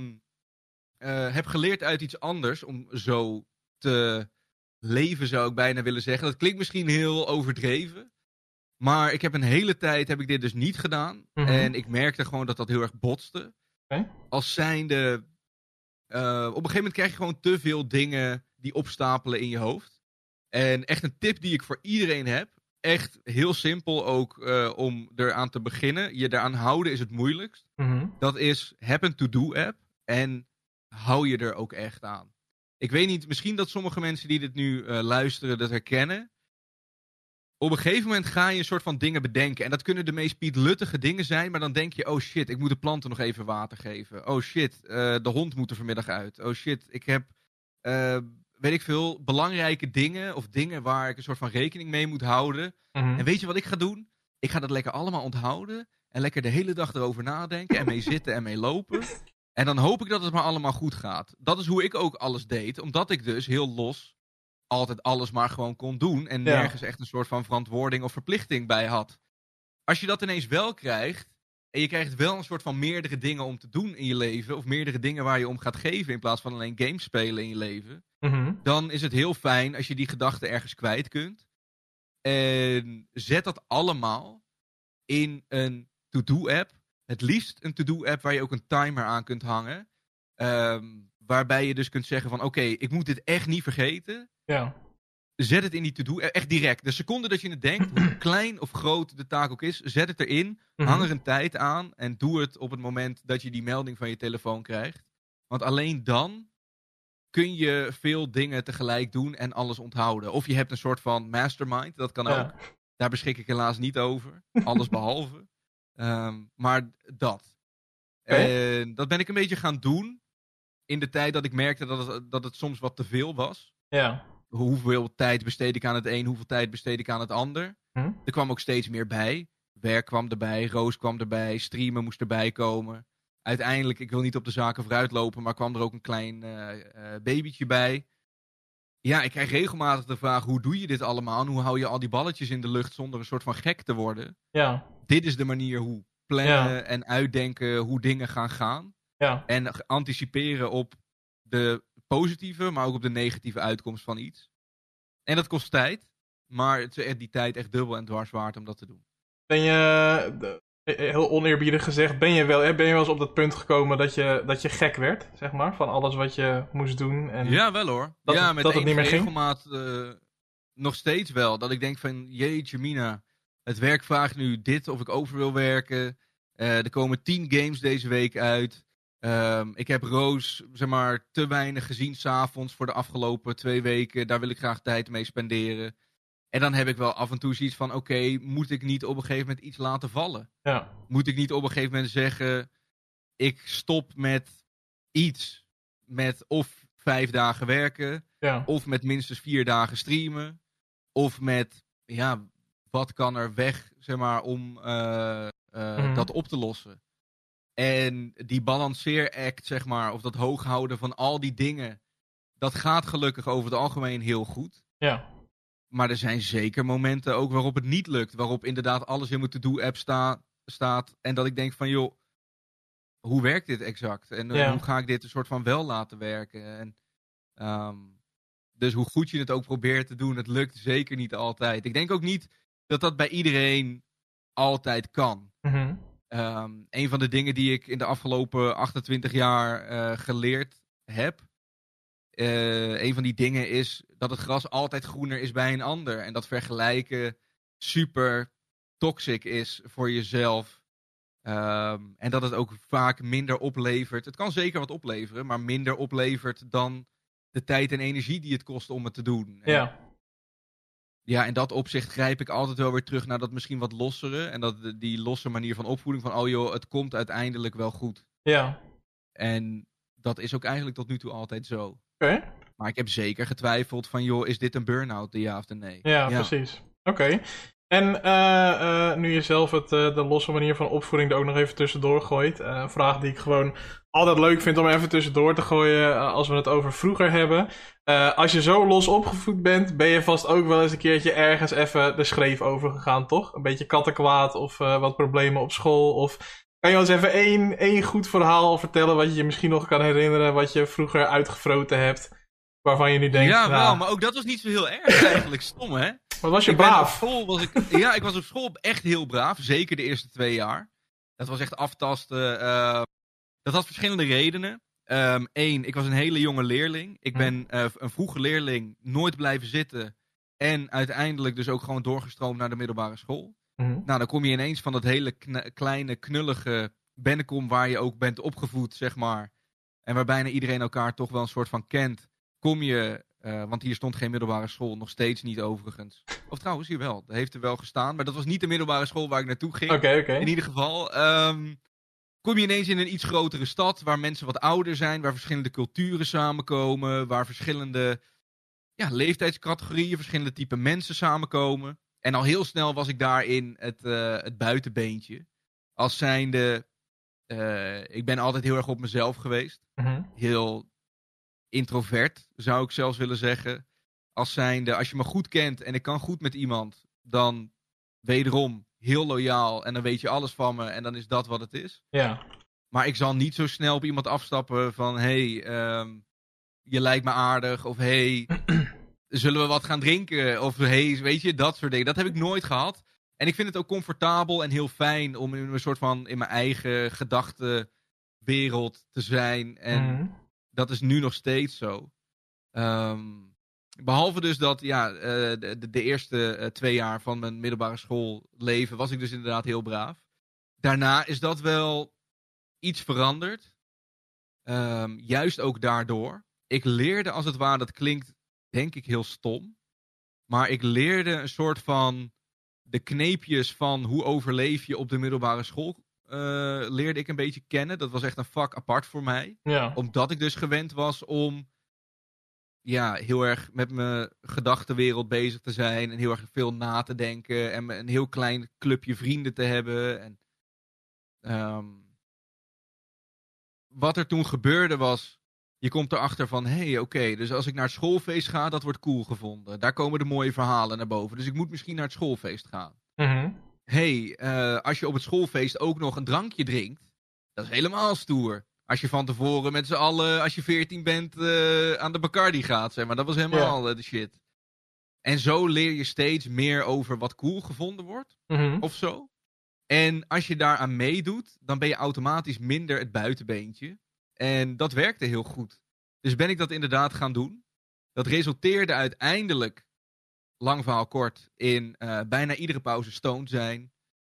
heb geleerd uit iets anders. Om zo te leven, zou ik bijna willen zeggen. Dat klinkt misschien heel overdreven. Maar ik heb een hele tijd heb ik dit dus niet gedaan. Mhm. En ik merkte gewoon dat dat heel erg botste. Oké. Als zijnde... op een gegeven moment krijg je gewoon te veel dingen die opstapelen in je hoofd. En echt een tip die ik voor iedereen heb. Echt heel simpel ook om eraan te beginnen. Je eraan houden is het moeilijkst. Mhm. Dat is, heb een to-do-app en hou je er ook echt aan. Ik weet niet, misschien dat sommige mensen die dit nu luisteren dat herkennen. Op een gegeven moment ga je een soort van dingen bedenken. En dat kunnen de meest pietluttige dingen zijn. Maar dan denk je, oh shit, ik moet de planten nog even water geven. Oh shit, de hond moet er vanmiddag uit. Oh shit, ik heb, weet ik veel, belangrijke dingen. Of dingen waar ik een soort van rekening mee moet houden. Mhm. En weet je wat ik ga doen? Ik ga dat lekker allemaal onthouden. En lekker de hele dag erover nadenken. En mee zitten en mee lopen. En dan hoop ik dat het maar allemaal goed gaat. Dat is hoe ik ook alles deed. Omdat ik dus heel los altijd alles maar gewoon kon doen. En Ja. nergens echt een soort van verantwoording of verplichting bij had. Als je dat ineens wel krijgt. En je krijgt wel een soort van meerdere dingen om te doen in je leven. Of meerdere dingen waar je om gaat geven. In plaats van alleen games spelen in je leven. Mhm. Dan is het heel fijn als je die gedachten ergens kwijt kunt. En zet dat allemaal in een to-do-app. Het liefst een to-do-app waar je ook een timer aan kunt hangen. Waarbij je dus kunt zeggen van oké, ik moet dit echt niet vergeten. Ja. Zet het in die to-do, echt direct. De seconde dat je het denkt, hoe klein of groot de taak ook is, zet het erin. Mhm. Hang er een tijd aan en doe het op het moment dat je die melding van je telefoon krijgt. Want alleen dan kun je veel dingen tegelijk doen en alles onthouden. Of je hebt een soort van mastermind, dat kan ook. Ja. Daar beschik ik helaas niet over. Alles behalve. Maar dat. Oké. En dat ben ik een beetje gaan doen. In de tijd dat ik merkte dat het soms wat te veel was. Ja. Hoeveel tijd besteed ik aan het een, hoeveel tijd besteed ik aan het ander. Hm? Er kwam ook steeds meer bij. Werk kwam erbij, Roos kwam erbij, streamen moest erbij komen. Uiteindelijk, ik wil niet op de zaken vooruitlopen, maar kwam er ook een klein babytje bij. Ja, ik krijg regelmatig de vraag, hoe doe je dit allemaal? En hoe hou je al die balletjes in de lucht zonder een soort van gek te worden? Ja, Dit is de manier hoe ja, plannen en uitdenken hoe dingen gaan. ja. En anticiperen op de positieve, maar ook op de negatieve uitkomst van iets. En dat kost tijd, maar het is echt die tijd echt dubbel en dwars waard om dat te doen. Ben je, heel oneerbiedig gezegd, ben je wel eens op dat punt gekomen dat je gek werd, zeg maar, van alles wat je moest doen en Ja, wel hoor. dat, Ja, met dat het niet enige meer ging? regelmaat nog steeds wel. Dat ik denk van, jeetje mina, het werk vraagt nu dit of ik over wil werken. Er komen 10 games deze week uit. Ik heb Roos, zeg maar, te weinig gezien 's avonds voor de afgelopen 2 weken. Daar wil ik graag tijd mee spenderen. En dan heb ik wel af en toe zoiets van, oké, moet ik niet op een gegeven moment iets laten vallen? Ja, Moet ik niet op een gegeven moment zeggen, ik stop met iets. Met of 5 dagen werken, ja. of met minstens 4 dagen streamen. Of met, ja, wat kan er weg, zeg maar, om dat op te lossen. En die balanceeract, zeg maar, of dat hooghouden van al die dingen, dat gaat gelukkig over het algemeen heel goed. Ja, Maar er zijn zeker momenten ook waarop het niet lukt. Waarop inderdaad alles in mijn to-do-app staat. En dat ik denk van, joh, hoe werkt dit exact? En ja. hoe ga ik dit een soort van wel laten werken? En, dus hoe goed je het ook probeert te doen, het lukt zeker niet altijd. Ik denk ook niet dat dat bij iedereen altijd kan. Mhm. Een van de dingen die ik in de afgelopen 28 jaar geleerd heb. Een van die dingen is dat het gras altijd groener is bij een ander. En dat vergelijken super toxic is voor jezelf. En dat het ook vaak minder oplevert. Het kan zeker wat opleveren, maar minder oplevert dan de tijd en energie die het kost om het te doen. En, Ja, ja, in dat opzicht grijp ik altijd wel weer terug naar dat misschien wat lossere. En die losse manier van opvoeding van, oh joh, het komt uiteindelijk wel goed. ja. En dat is ook eigenlijk tot nu toe altijd zo. Oké. Maar ik heb zeker getwijfeld van, joh, is dit een burn-out, ja of de nee? Ja, precies. Oké. En nu je zelf de losse manier van opvoeding er ook nog even tussendoor gooit. Een vraag die ik gewoon altijd leuk vind om even tussendoor te gooien als we het over vroeger hebben. Als je zo los opgevoed bent, ben je vast ook wel eens een keertje ergens even de schreef overgegaan, toch? Een beetje kattenkwaad of wat problemen op school. Of kan je ons even één goed verhaal vertellen wat je je misschien nog kan herinneren, wat je vroeger uitgefroten hebt? Waarvan je nu denkt, Ja, wel, nou, maar ook dat was niet zo heel erg eigenlijk. Stom, hè? wat was je Ik ben braaf? op school ik was op school echt heel braaf. Zeker de eerste 2 jaar. Dat was echt aftasten. Dat had verschillende redenen. Eén, ik was een hele jonge leerling. Ik ben een vroege leerling, nooit blijven zitten. En uiteindelijk dus ook gewoon doorgestroomd naar de middelbare school. Mhm. Nou, dan kom je ineens van dat hele kleine, knullige Bennekom waar je ook bent opgevoed, zeg maar. En waar bijna iedereen elkaar toch wel een soort van kent. Kom je, want hier stond geen middelbare school, nog steeds niet overigens. Of trouwens, hier wel. Dat heeft er wel gestaan. Maar dat was niet de middelbare school waar ik naartoe ging. Oké. In ieder geval. Kom je ineens in een iets grotere stad waar mensen wat ouder zijn. Waar verschillende culturen samenkomen. Waar verschillende leeftijdscategorieën, verschillende type mensen samenkomen. En al heel snel was ik daarin het buitenbeentje. Als zijnde, ik ben altijd heel erg op mezelf geweest. Mhm. Heel introvert, zou ik zelfs willen zeggen. Als zijnde, als je me goed kent en ik kan goed met iemand, dan wederom heel loyaal en dan weet je alles van me en dan is dat wat het is. Ja. Maar ik zal niet zo snel op iemand afstappen van, hey, je lijkt me aardig, of hey, zullen we wat gaan drinken? Of hey, weet je, dat soort dingen. Dat heb ik nooit gehad. En ik vind het ook comfortabel en heel fijn om in een soort van in mijn eigen gedachtenwereld te zijn. En Mhm. dat is nu nog steeds zo. Behalve dus dat, de eerste 2 jaar van mijn middelbare schoolleven was ik dus inderdaad heel braaf. Daarna is dat wel iets veranderd. Juist ook daardoor. Ik leerde als het ware, dat klinkt denk ik heel stom. Maar ik leerde een soort van de kneepjes van hoe overleef je op de middelbare school. Leerde ik een beetje kennen. Dat was echt een vak apart voor mij. Ja. Omdat ik dus gewend was om heel erg met mijn gedachtenwereld bezig te zijn. En heel erg veel na te denken. En een heel klein clubje vrienden te hebben. En, wat er toen gebeurde was, Je komt erachter van, oké, dus als ik naar het schoolfeest ga, dat wordt cool gevonden. Daar komen de mooie verhalen naar boven. Dus ik moet misschien naar het schoolfeest gaan. Als je op het schoolfeest ook nog een drankje drinkt, dat is helemaal stoer. Als je van tevoren met z'n allen, als je 14 bent, aan de Bacardi gaat, zeg maar. Dat was helemaal de shit. En zo leer je steeds meer over wat cool gevonden wordt, of zo. En als je daaraan meedoet, dan ben je automatisch minder het buitenbeentje. En dat werkte heel goed. Dus ben ik dat inderdaad gaan doen. Dat resulteerde uiteindelijk, lang verhaal kort, in bijna iedere pauze stoned zijn.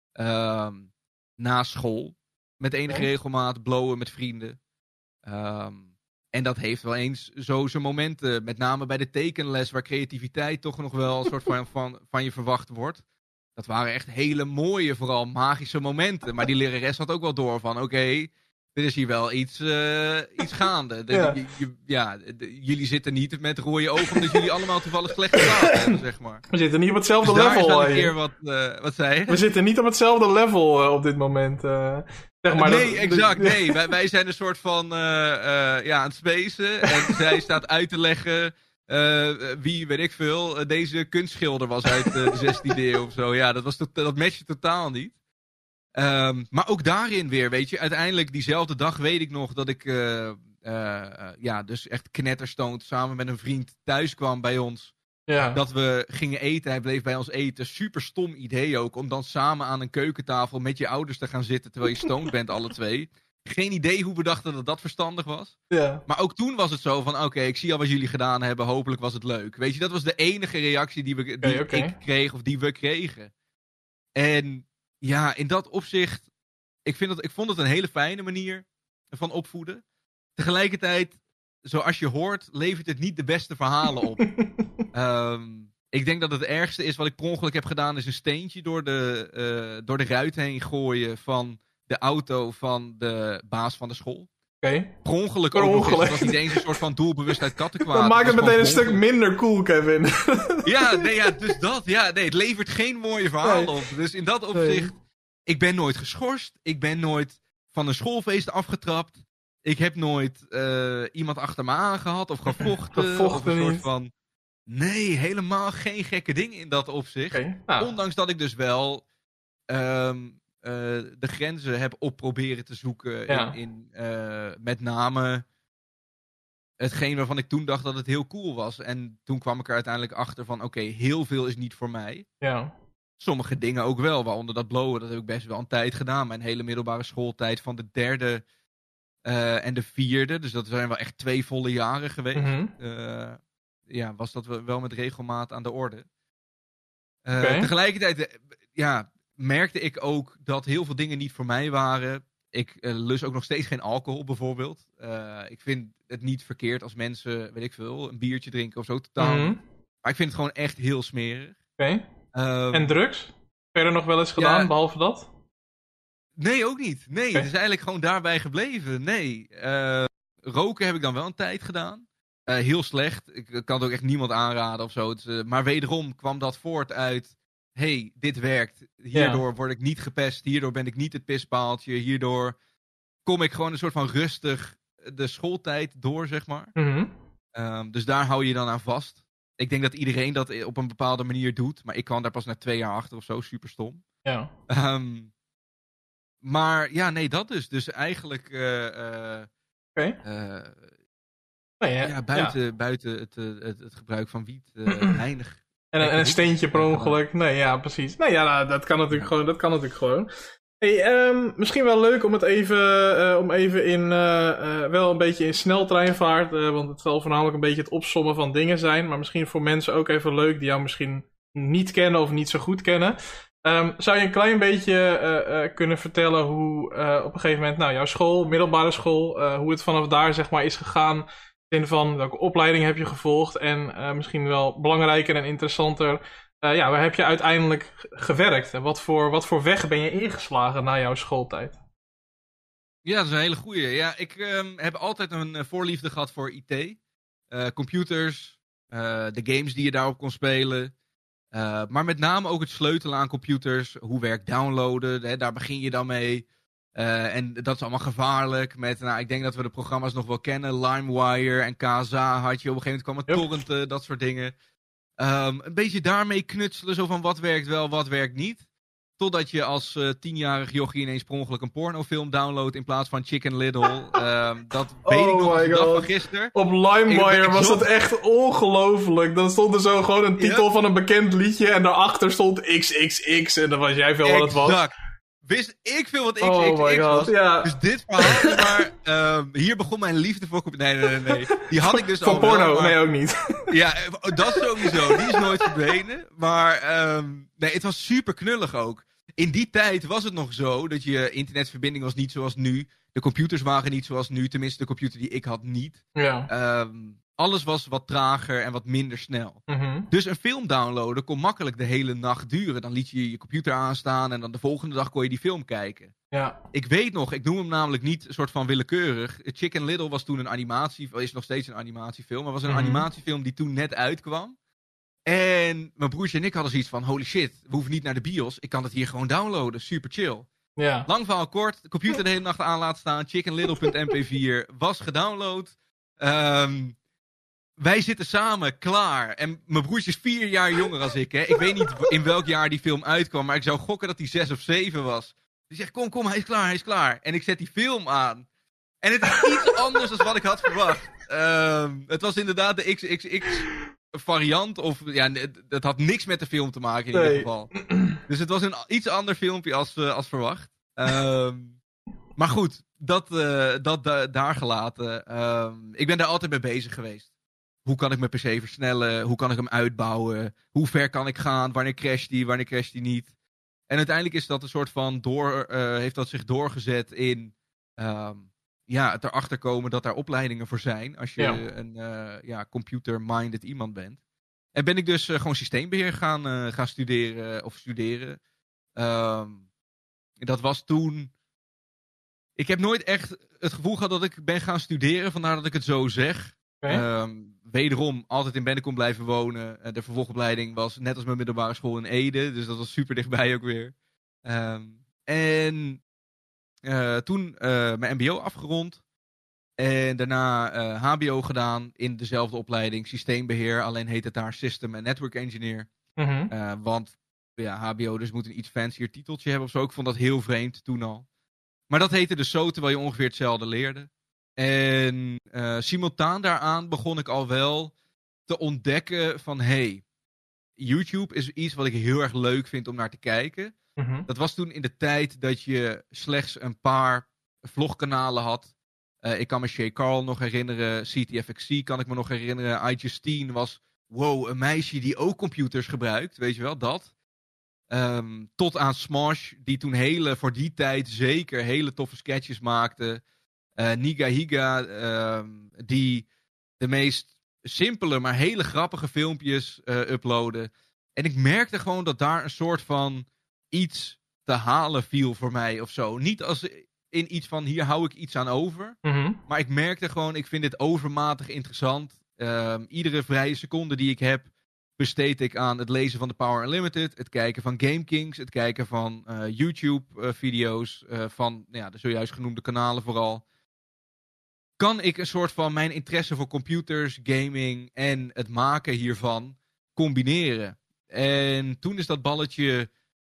Na school. Met enige regelmaat blowen met vrienden. En dat heeft wel eens zo zijn momenten. Met name bij de tekenles, waar creativiteit toch nog wel een soort van je verwacht wordt. Dat waren echt hele mooie, vooral magische momenten. Maar die lerares had ook wel door van, oké, er is hier wel iets gaande. Jullie zitten niet met rode ogen omdat jullie allemaal toevallig slecht gedaan hebben, zeg maar. We zitten niet op hetzelfde dus level. Daar is een keer wat zei je? We zitten niet op hetzelfde level op dit moment. Zeg maar nee, exact. Nee, wij zijn een soort van aan het spacen. En zij staat uit te leggen wie, weet ik veel, deze kunstschilder was uit de 16e eeuw of zo. Ja, dat matchte totaal niet. Maar ook daarin weer, weet je, uiteindelijk diezelfde dag weet ik nog dat ik dus echt knetterstoned samen met een vriend thuis kwam bij ons. Ja. Dat we gingen eten, hij bleef bij ons eten. Super stom idee ook, om dan samen aan een keukentafel met je ouders te gaan zitten terwijl je stoned bent, alle twee. Geen idee hoe we dachten dat verstandig was. Ja. Maar ook toen was het zo van, oké, ik zie al wat jullie gedaan hebben, hopelijk was het leuk. Weet je, dat was de enige reactie die ik kreeg, of die we kregen. En ja, in dat opzicht, ik vond het een hele fijne manier van opvoeden. Tegelijkertijd, zoals je hoort, levert het niet de beste verhalen op. Ik denk dat het ergste is wat ik per ongeluk heb gedaan, is een steentje door de ruit heen gooien van de auto van de baas van de school. Oké. Per ongeluk ook. Het was niet eens een soort van doelbewust uit kattenkwaad. Dat maakt het meteen een stuk minder cool, Kevin. Dus dat. Ja, nee, het levert geen mooie verhalen op. Dus in dat opzicht, ik ben nooit geschorst. Ik ben nooit van een schoolfeest afgetrapt. Ik heb nooit iemand achter me aangehad of gevochten. Of een soort van... Nee, helemaal geen gekke dingen in dat opzicht. Ondanks dat ik dus wel de grenzen heb op proberen te zoeken in met name hetgeen waarvan ik toen dacht dat het heel cool was. En toen kwam ik er uiteindelijk achter van, oké, heel veel is niet voor mij. Ja. Sommige dingen ook wel, waaronder dat blowen, dat heb ik best wel een tijd gedaan. Mijn hele middelbare schooltijd van de 3e en de 4e, dus dat zijn wel echt 2 volle jaren geweest. Was dat wel met regelmaat aan de orde. Tegelijkertijd, merkte ik ook dat heel veel dingen niet voor mij waren. Ik lust ook nog steeds geen alcohol, bijvoorbeeld. Ik vind het niet verkeerd als mensen, weet ik veel, een biertje drinken of zo, totaal. Maar ik vind het gewoon echt heel smerig. En drugs? Verder nog wel eens gedaan, behalve dat? Nee, ook niet. Nee, het is eigenlijk gewoon daarbij gebleven. Nee. Roken heb ik dan wel een tijd gedaan. Heel slecht. Ik kan het ook echt niemand aanraden of zo. Maar wederom kwam dat voort uit... dit werkt. Hierdoor word ik niet gepest. Hierdoor ben ik niet het pispaaltje. Hierdoor kom ik gewoon een soort van rustig de schooltijd door, zeg maar. Dus daar hou je dan aan vast. Ik denk dat iedereen dat op een bepaalde manier doet. Maar ik kwam daar pas na 2 jaar achter of zo. Super stom. Ja. Maar ja, nee, dat dus. Dus eigenlijk... buiten het gebruik van wiet weinig. En een steentje per ongeluk. Nee, ja, precies. Nee, ja, dat kan natuurlijk gewoon. Hey, misschien wel leuk om het even in wel een beetje in sneltreinvaart, want het zal voornamelijk een beetje het opsommen van dingen zijn, maar misschien voor mensen ook even leuk die jou misschien niet kennen of niet zo goed kennen. Zou je een klein beetje kunnen vertellen hoe op een gegeven moment, jouw school, middelbare school, hoe het vanaf daar zeg maar is gegaan, in de zin van welke opleiding heb je gevolgd en misschien wel belangrijker en interessanter, waar heb je uiteindelijk gewerkt en wat voor weg ben je ingeslagen na jouw schooltijd? Ja, dat is een hele goeie. Ja, ik heb altijd een voorliefde gehad voor IT, computers, de games die je daarop kon spelen. Maar met name ook het sleutelen aan computers. Hoe werkt downloaden? Daar begin je dan mee. En dat is allemaal gevaarlijk. Ik denk dat we de programma's nog wel kennen. LimeWire en KSA had je. Op een gegeven moment kwam het torrenten, dat soort dingen. Een beetje daarmee knutselen. Zo van wat werkt wel, wat werkt niet. Totdat je als 10-jarig jochie ineens per ongeluk een pornofilm downloadt in plaats van Chicken Little. Dat weet ik nog als de dag van gisteren. Op LimeWire was dat echt ongelooflijk. Dan stond er zo gewoon een titel van een bekend liedje en daarachter stond XXX en dan was jij veel wat het was. Wist ik veel wat XXX was. Ja. Dus dit verhaal, maar hier begon mijn liefde voor... Nee. Die had ik dus al voor porno? Wel, maar... Nee, ook niet. Ja, dat sowieso. Die is nooit verdwenen. Maar nee, het was super knullig ook. In die tijd was het nog zo dat je internetverbinding was niet zoals nu. De computers waren niet zoals nu. Tenminste, de computer die ik had niet. Ja. Alles was wat trager en wat minder snel. Mm-hmm. Dus een film downloaden kon makkelijk de hele nacht duren. Dan liet je je computer aanstaan en dan de volgende dag kon je die film kijken. Ja. Ik weet nog, ik noem hem namelijk niet een soort van willekeurig. Chicken Little was toen een animatie, is nog steeds een animatiefilm, maar was een animatiefilm die toen net uitkwam. En mijn broertje en ik hadden zoiets van, holy shit, we hoeven niet naar de bios. Ik kan het hier gewoon downloaden, super chill. Ja. Lang verhaal kort, de computer de hele nacht aan laten staan. chickenlittle.mp4 was gedownload. Wij zitten samen, klaar. En mijn broertje is 4 jaar jonger als ik. Hè. Ik weet niet in welk jaar die film uitkwam, maar ik zou gokken dat hij 6 of 7 was. Die zegt, kom, hij is klaar. En ik zet die film aan. En het is iets anders dan wat ik had verwacht. Het was inderdaad de XXX variant. Of ja, het had niks met de film te maken in ieder geval. Dus het was een iets ander filmpje als verwacht. Maar goed, daar gelaten. Ik ben daar altijd mee bezig geweest. Hoe kan ik mijn PC versnellen? Hoe kan ik hem uitbouwen? Hoe ver kan ik gaan? Wanneer crasht die? Wanneer crasht die niet? En uiteindelijk is dat een soort van heeft dat zich doorgezet in het erachter komen dat daar opleidingen voor zijn. Als je een computer-minded iemand bent. En ben ik dus gewoon systeembeheer gaan studeren. Dat was toen... Ik heb nooit echt het gevoel gehad dat ik ben gaan studeren. Vandaar dat ik het zo zeg. Wederom altijd in Bennekom blijven wonen. De vervolgopleiding was net als mijn middelbare school in Ede. Dus dat was super dichtbij ook weer. Toen mijn mbo afgerond. En daarna hbo gedaan in dezelfde opleiding. Systeembeheer, alleen heet het daar System and Network Engineer. Mm-hmm. Want hbo dus moet een iets fancier titeltje hebben of zo. Ik vond dat heel vreemd toen al. Maar dat heette dus zo, terwijl je ongeveer hetzelfde leerde. En simultaan daaraan begon ik al wel te ontdekken van... YouTube is iets wat ik heel erg leuk vind om naar te kijken. Mm-hmm. Dat was toen in de tijd dat je slechts een paar vlogkanalen had. Ik kan me Shay Carl nog herinneren. CTFXC kan ik me nog herinneren. iJustine was, een meisje die ook computers gebruikt. Weet je wel, dat. Tot aan Smosh, die toen voor die tijd zeker hele toffe sketches maakte. Niga Higa, die de meest simpele, maar hele grappige filmpjes uploaden. En ik merkte gewoon dat daar een soort van iets te halen viel voor mij of zo. Niet als in iets van, hier hou ik iets aan over. Mm-hmm. Maar ik merkte gewoon, ik vind dit overmatig interessant. Iedere vrije seconde die ik heb, besteed ik aan het lezen van de Power Unlimited, het kijken van GameKings, het kijken van YouTube-video's, van de zojuist genoemde kanalen vooral. Kan ik een soort van mijn interesse voor computers, gaming en het maken hiervan combineren? En toen is dat balletje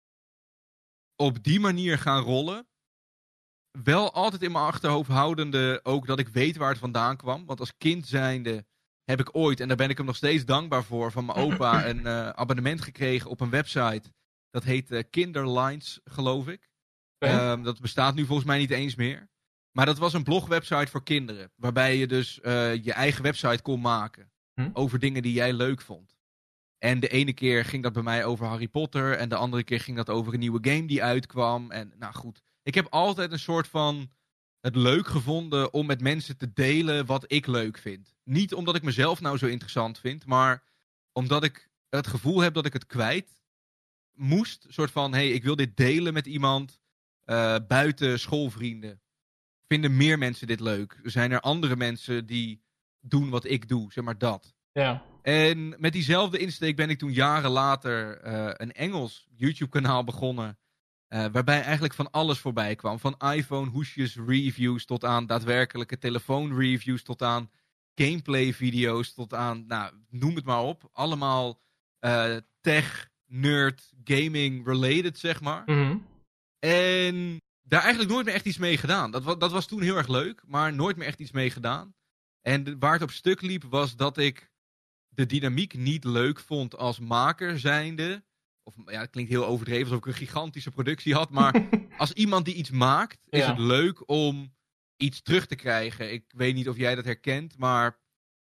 op die manier gaan rollen. Wel altijd in mijn achterhoofd houdende ook dat ik weet waar het vandaan kwam. Want als kind zijnde heb ik ooit, en daar ben ik hem nog steeds dankbaar voor, van mijn opa een abonnement gekregen op een website. Dat heet Kinderlines, geloof ik. Dat bestaat nu volgens mij niet eens meer. Maar dat was een blogwebsite voor kinderen. Waarbij je dus je eigen website kon maken. Over dingen die jij leuk vond. En de ene keer ging dat bij mij over Harry Potter. En de andere keer ging dat over een nieuwe game die uitkwam. En nou goed. Ik heb altijd een soort van het leuk gevonden om met mensen te delen wat ik leuk vind. Niet omdat ik mezelf nou zo interessant vind. Maar omdat ik het gevoel heb dat ik het kwijt moest. Een soort van, ik wil dit delen met iemand buiten schoolvrienden. Vinden meer mensen dit leuk? Zijn er andere mensen die doen wat ik doe? Zeg maar dat. Ja. En met diezelfde insteek ben ik toen jaren later een Engels YouTube-kanaal begonnen. Waarbij eigenlijk van alles voorbij kwam. Van iPhone hoesjes reviews tot aan daadwerkelijke telefoon reviews. Tot aan gameplay video's. Tot aan, noem het maar op. Allemaal tech, nerd, gaming related, zeg maar. Mm-hmm. En daar eigenlijk nooit meer echt iets mee gedaan. Dat was toen heel erg leuk, maar nooit meer echt iets mee gedaan. En waar het op stuk liep was dat ik de dynamiek niet leuk vond als maker zijnde. Of ja, dat klinkt heel overdreven, alsof ik een gigantische productie had. Maar als iemand die iets maakt, is het leuk om iets terug te krijgen. Ik weet niet of jij dat herkent, maar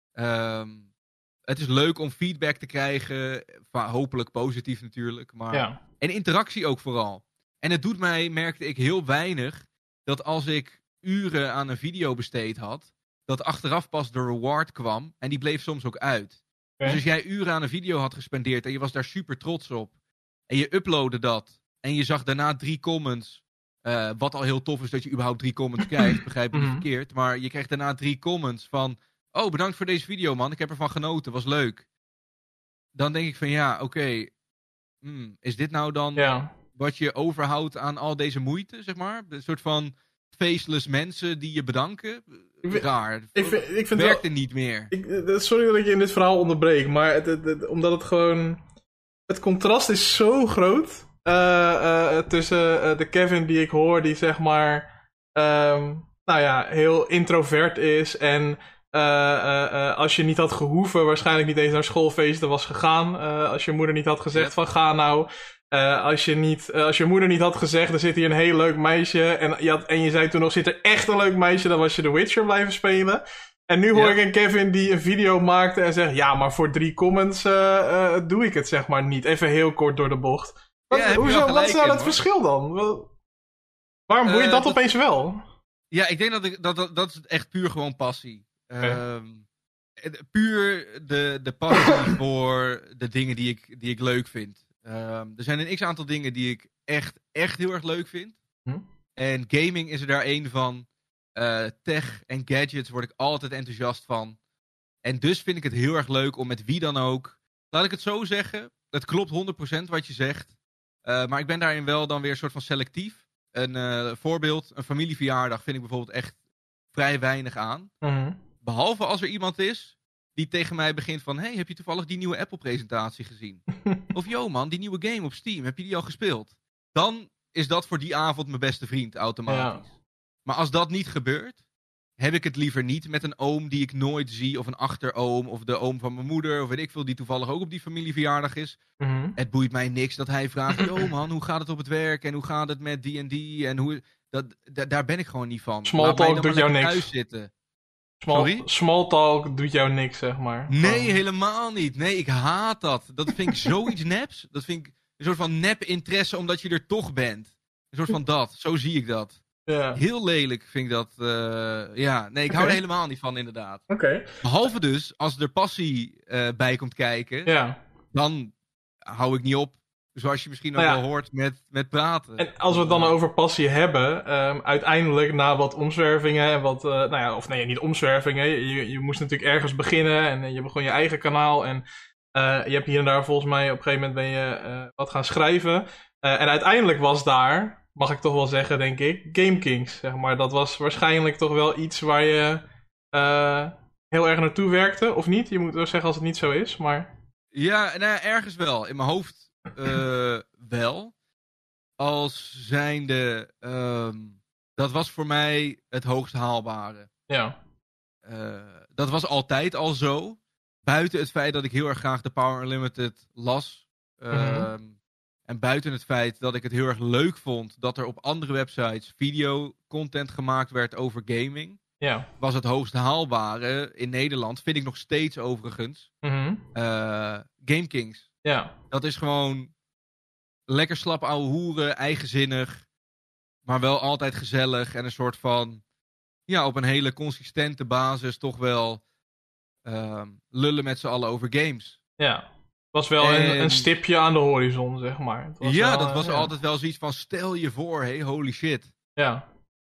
het is leuk om feedback te krijgen. Hopelijk positief natuurlijk. Maar... En interactie ook vooral. En het doet mij, merkte ik, heel weinig dat als ik uren aan een video besteed had, dat achteraf pas de reward kwam. En die bleef soms ook uit. Dus als jij uren aan een video had gespendeerd en je was daar super trots op. En je uploadde dat. En je zag daarna 3 comments. Wat al heel tof is dat je überhaupt 3 comments krijgt. Begrijp me niet verkeerd. Maar je kreeg daarna 3 comments van... Oh, bedankt voor deze video, man. Ik heb ervan genoten. Was leuk. Dan denk ik van ja, oké. Is dit nou dan wat je overhoudt aan al deze moeite, zeg maar? Een soort van faceless mensen die je bedanken. Raar. Ik vind het werkte niet meer. Sorry dat ik je in dit verhaal onderbreek. Maar omdat het gewoon... Het contrast is zo groot tussen de Kevin die ik hoor, die zeg maar heel introvert is en als je niet had gehoeven, waarschijnlijk niet eens naar schoolfeesten was gegaan. Als je moeder niet had gezegd van ga nou. Als je moeder niet had gezegd, er zit hier een heel leuk meisje en je zei toen nog, zit er echt een leuk meisje, dan was je The Witcher blijven spelen. En nu hoor ik een Kevin die een video maakte en zegt... Ja, maar voor 3 comments doe ik het zeg maar niet. Even heel kort door de bocht. Wat is nou het verschil dan? Waarom doe je dat opeens wel? Ja, ik denk dat is echt puur gewoon passie. Puur de passie voor de dingen die ik leuk vind. Er zijn een x-aantal dingen die ik echt heel erg leuk vind. En gaming is er daar één van. Tech en gadgets word ik altijd enthousiast van. En dus vind ik het heel erg leuk om met wie dan ook... Laat ik het zo zeggen. Het klopt 100% wat je zegt. Maar ik ben daarin wel dan weer een soort van selectief. Een voorbeeld, een familieverjaardag vind ik bijvoorbeeld echt vrij weinig aan. Behalve als er iemand is die tegen mij begint van... Hey, heb je toevallig die nieuwe Apple-presentatie gezien? Of yo man, die nieuwe game op Steam, heb je die al gespeeld? Dan is dat voor die avond mijn beste vriend automatisch. Ja. Maar als dat niet gebeurt, heb ik het liever niet met een oom die ik nooit zie, of een achteroom, of de oom van mijn moeder, of weet ik veel, die toevallig ook op die familieverjaardag is. Het boeit mij niks dat hij vraagt, yo man, hoe gaat het op het werk, en hoe gaat het met die en die, en hoe... Daar ben ik gewoon niet van. Small talk doet jou niks. Thuis zitten. Small talk doet jou niks, zeg maar. Nee, helemaal niet. Nee, ik haat dat. Dat vind ik zoiets neps. Dat vind ik een soort van nep-interesse omdat je er toch bent. Een soort van dat. Zo zie ik dat. Ja. Heel lelijk vind ik dat. Ik hou er helemaal niet van, inderdaad. Behalve dus, als er passie bij komt kijken, dan hou ik niet op. Zoals je misschien ook wel hoort met praten. En als we het dan over passie hebben, uiteindelijk na wat omzwervingen en wat, niet omzwervingen. Je moest natuurlijk ergens beginnen en je begon je eigen kanaal en je hebt hier en daar volgens mij op een gegeven moment ben je wat gaan schrijven. En uiteindelijk was daar, mag ik toch wel zeggen, denk ik, GameKings, zeg maar. Dat was waarschijnlijk toch wel iets waar je heel erg naartoe werkte, of niet? Je moet wel zeggen als het niet zo is, maar... Ja, ergens wel. In mijn hoofd wel. Als zijnde... dat was voor mij het hoogst haalbare. Ja. Dat was altijd al zo. Buiten het feit dat ik heel erg graag de Power Unlimited las. En buiten het feit dat ik het heel erg leuk vond dat er op andere websites videocontent gemaakt werd over gaming. Ja. Was het hoogst haalbare in Nederland, vind ik nog steeds overigens, GameKings. Ja. Dat is gewoon lekker slap ouwe hoeren, eigenzinnig, maar wel altijd gezellig en een soort van, op een hele consistente basis toch wel lullen met z'n allen over games. Ja. Het was wel een stipje aan de horizon, zeg maar. Dat was altijd wel zoiets van, stel je voor, hey, holy shit. Ja.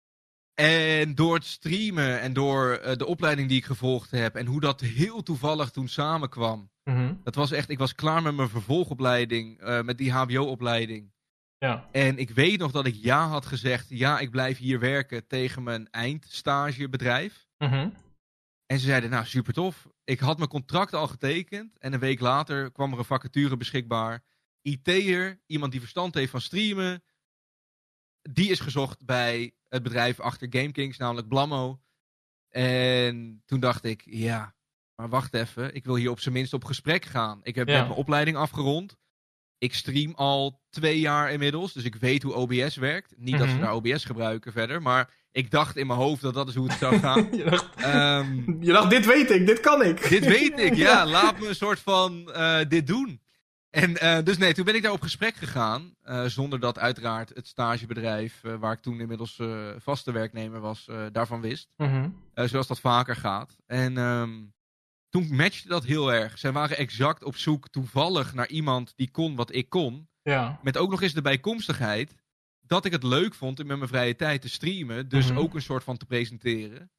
En door het streamen en door de opleiding die ik gevolgd heb en hoe dat heel toevallig toen samenkwam. Dat was echt, ik was klaar met mijn vervolgopleiding, met die HBO-opleiding. Ja. En ik weet nog dat ik ja had gezegd. Ja, ik blijf hier werken tegen mijn eindstagebedrijf. Mhm. En ze zeiden, nou super tof. Ik had mijn contract al getekend. En een week later kwam er een vacature beschikbaar. IT'er, iemand die verstand heeft van streamen. Die is gezocht bij het bedrijf achter GameKings, namelijk Blammo. En toen dacht ik, ja, maar wacht even. Ik wil hier op zijn minst op gesprek gaan. Ik heb net mijn opleiding afgerond. Ik stream al 2 jaar inmiddels, dus ik weet hoe OBS werkt. Niet dat ze daar OBS gebruiken verder, maar ik dacht in mijn hoofd dat dat is hoe het zou gaan. Je dacht, dit weet ik, dit kan ik. Dit weet ik, ja. Laat me een soort van dit doen. En dus nee, toen ben ik daar op gesprek gegaan. Zonder dat uiteraard het stagebedrijf, waar ik toen inmiddels vaste werknemer was, daarvan wist. Zoals dat vaker gaat. En toen matchte dat heel erg. Zij waren exact op zoek toevallig naar iemand die kon wat ik kon. Ja. Met ook nog eens de bijkomstigheid dat ik het leuk vond om met mijn vrije tijd te streamen. Dus ook een soort van te presenteren.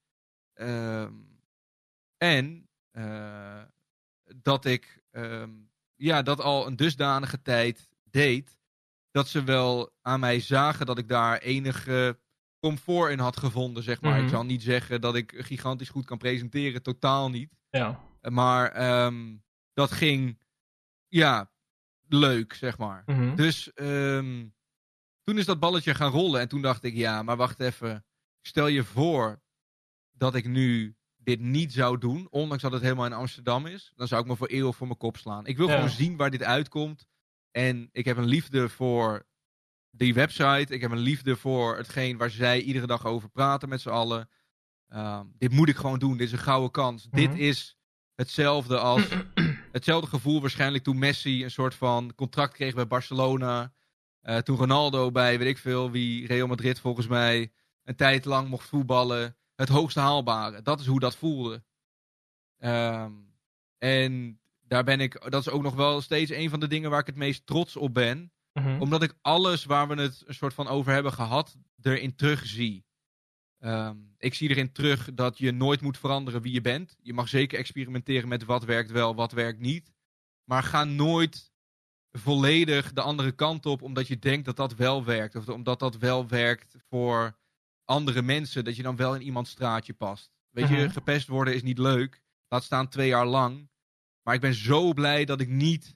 En dat ik dat al een dusdanige tijd deed. Dat ze wel aan mij zagen dat ik daar enige comfort in had gevonden, zeg maar. Ik zal niet zeggen dat ik gigantisch goed kan presenteren. Totaal niet. Ja. Maar dat ging, leuk, zeg maar. Dus toen is dat balletje gaan rollen. En toen dacht ik, ja, maar wacht even. Stel je voor dat ik nu dit niet zou doen, ondanks dat het helemaal in Amsterdam is. Dan zou ik me voor eeuwig voor mijn kop slaan. Ik wil gewoon zien waar dit uitkomt. En ik heb een liefde voor die website. Ik heb een liefde voor hetgeen waar zij iedere dag over praten met z'n allen. Dit moet ik gewoon doen. Dit is een gouden kans. Dit is hetzelfde gevoel waarschijnlijk toen Messi een soort van contract kreeg bij Barcelona. Toen Ronaldo bij, weet ik veel, wie Real Madrid volgens mij een tijd lang mocht voetballen. Het hoogste haalbare. Dat is hoe dat voelde. En daar ben ik, dat is ook nog wel steeds een van de dingen waar ik het meest trots op ben. Omdat ik alles waar we het een soort van over hebben gehad, erin terugzie. Ik zie erin terug dat je nooit moet veranderen wie je bent. Je mag zeker experimenteren met wat werkt wel, wat werkt niet. Maar ga nooit volledig de andere kant op omdat je denkt dat dat wel werkt. Of omdat dat wel werkt voor andere mensen. Dat je dan wel in iemands straatje past. Weet je, gepest worden is niet leuk. Laat staan 2 jaar lang. Maar ik ben zo blij dat ik niet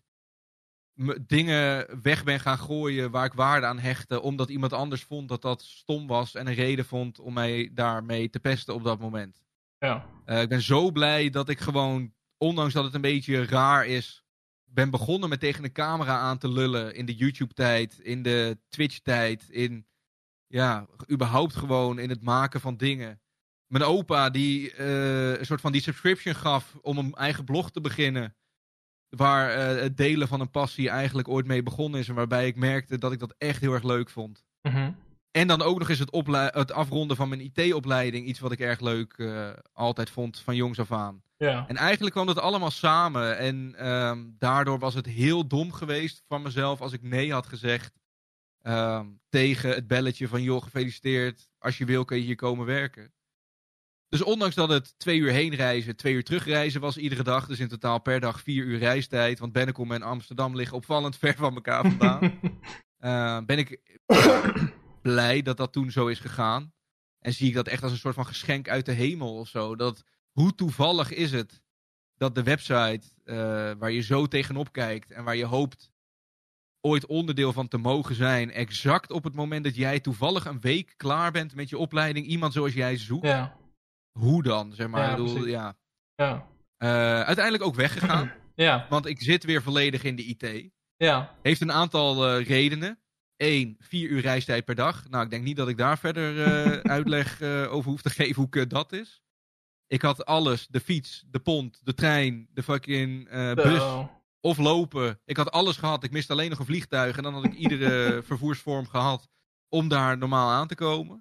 dingen weg ben gaan gooien waar ik waarde aan hechtte. Omdat iemand anders vond dat dat stom was. En een reden vond om mij daarmee te pesten op dat moment. Ja. Ik ben zo blij dat ik gewoon, ondanks dat het een beetje raar is, ben begonnen met tegen de camera aan te lullen. In de YouTube-tijd, in de Twitch-tijd, in, überhaupt gewoon in het maken van dingen. Mijn opa die een soort van die subscription gaf om een eigen blog te beginnen. Waar het delen van een passie eigenlijk ooit mee begonnen is. En waarbij ik merkte dat ik dat echt heel erg leuk vond. En dan ook nog eens het afronden van mijn IT-opleiding. Iets wat ik erg leuk altijd vond van jongs af aan. Ja. En eigenlijk kwam dat allemaal samen. En daardoor was het heel dom geweest van mezelf als ik nee had gezegd. Tegen het belletje van joh, gefeliciteerd. Als je wil kun je hier komen werken. Dus ondanks dat het 2 uur heen reizen, 2 uur terugreizen was iedere dag. Dus in totaal per dag 4 uur reistijd. Want Bennekom en Amsterdam liggen opvallend ver van elkaar vandaan. Ben ik blij dat dat toen zo is gegaan. En zie ik dat echt als een soort van geschenk uit de hemel of zo. Dat, hoe toevallig is het dat de website waar je zo tegenop kijkt en waar je hoopt ooit onderdeel van te mogen zijn, exact op het moment dat jij toevallig een week klaar bent met je opleiding, iemand zoals jij zoekt. Ja. Hoe dan, zeg maar. Ik bedoel, Ja. Uiteindelijk ook weggegaan. Ja. Want ik zit weer volledig in de IT. Ja. Heeft een aantal redenen. 1, 4 uur reistijd per dag. Nou, ik denk niet dat ik daar verder uitleg over hoef te geven hoe kut dat is. Ik had alles. De fiets, de pont, de trein, de fucking bus of lopen. Ik had alles gehad. Ik miste alleen nog een vliegtuig. En dan had ik iedere vervoersvorm gehad om daar normaal aan te komen.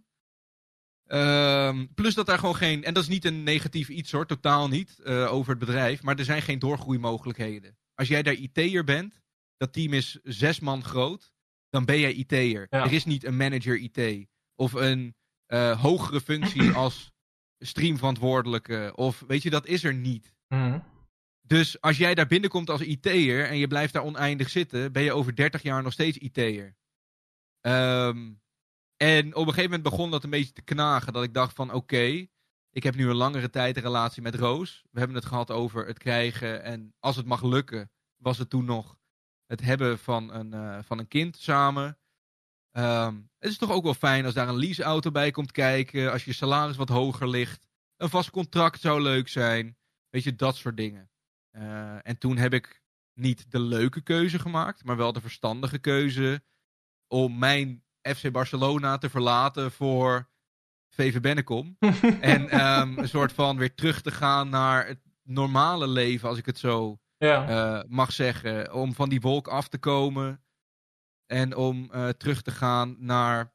Plus dat daar gewoon geen, en dat is niet een negatief iets hoor, totaal niet, over het bedrijf, maar er zijn geen doorgroeimogelijkheden. Als jij daar IT'er bent, dat team is 6 man groot, dan ben jij IT'er. Ja. Er is niet een manager IT, of een hogere functie als streamverantwoordelijke, of weet je, dat is er niet. Dus als jij daar binnenkomt als IT'er en je blijft daar oneindig zitten, ben je over 30 jaar nog steeds IT'er. En op een gegeven moment begon dat een beetje te knagen. Dat ik dacht van oké, ik heb nu een langere tijd een relatie met Roos. We hebben het gehad over het krijgen. En als het mag lukken, was het toen nog het hebben van een kind samen. Het is toch ook wel fijn als daar een leaseauto bij komt kijken. Als je salaris wat hoger ligt. Een vast contract zou leuk zijn. Weet je, dat soort dingen. En toen heb ik niet de leuke keuze gemaakt. Maar wel de verstandige keuze om mijn FC Barcelona te verlaten voor VV Bennekom. En een soort van weer terug te gaan naar het normale leven, als ik het zo mag zeggen. Om van die wolk af te komen. En om terug te gaan naar,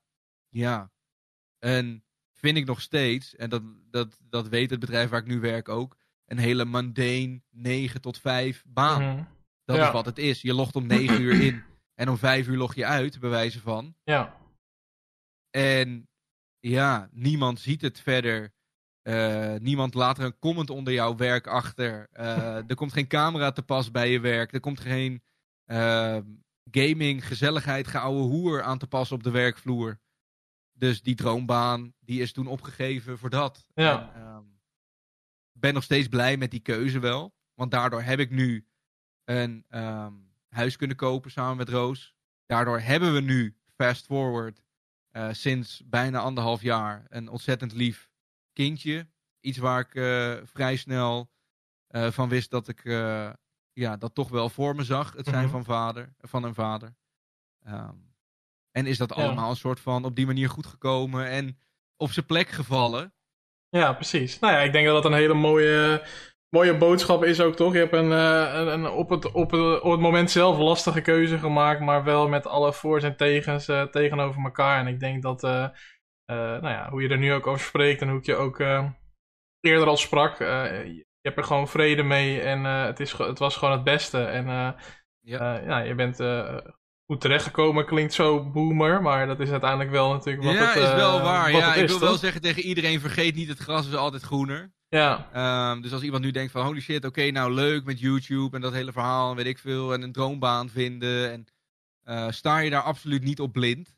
vind ik nog steeds, en dat weet het bedrijf waar ik nu werk ook, een hele mundane 9 tot 5 baan. Mm-hmm. Dat is wat het is. Je logt om 9 uur in en om 5 uur log je uit, bij wijze van. Ja. En niemand ziet het verder. Niemand laat er een comment onder jouw werk achter. Er komt geen camera te pas bij je werk. Er komt geen gaming, gezelligheid, geouwe hoer aan te passen op de werkvloer. Dus die droombaan, die is toen opgegeven voor dat. Ja. En, ben nog steeds blij met die keuze wel. Want daardoor heb ik nu een huis kunnen kopen samen met Roos. Daardoor hebben we nu, fast forward, sinds bijna 1,5 jaar een ontzettend lief kindje. Iets waar ik vrij snel van wist dat ik dat toch wel voor me zag. Het zijn van een vader. En is dat allemaal een soort van op die manier goed gekomen en op zijn plek gevallen. Ja, precies. Nou ja, ik denk dat dat een hele mooie boodschap is ook, toch? Je hebt een op het moment zelf lastige keuze gemaakt, maar wel met alle voor's en tegens tegenover elkaar. En ik denk dat, hoe je er nu ook over spreekt en hoe ik je ook eerder al sprak, je hebt er gewoon vrede mee en het was gewoon het beste. En je bent goed terechtgekomen, klinkt zo boomer, maar dat is uiteindelijk wel natuurlijk wat het is. Ja, is wel waar. Ja, ik wil toch? wel zeggen tegen iedereen, vergeet niet, het gras is altijd groener. Ja. Dus als iemand nu denkt van, holy shit, oké, nou leuk met YouTube en dat hele verhaal en weet ik veel, en een droombaan vinden, en sta je daar absoluut niet op blind.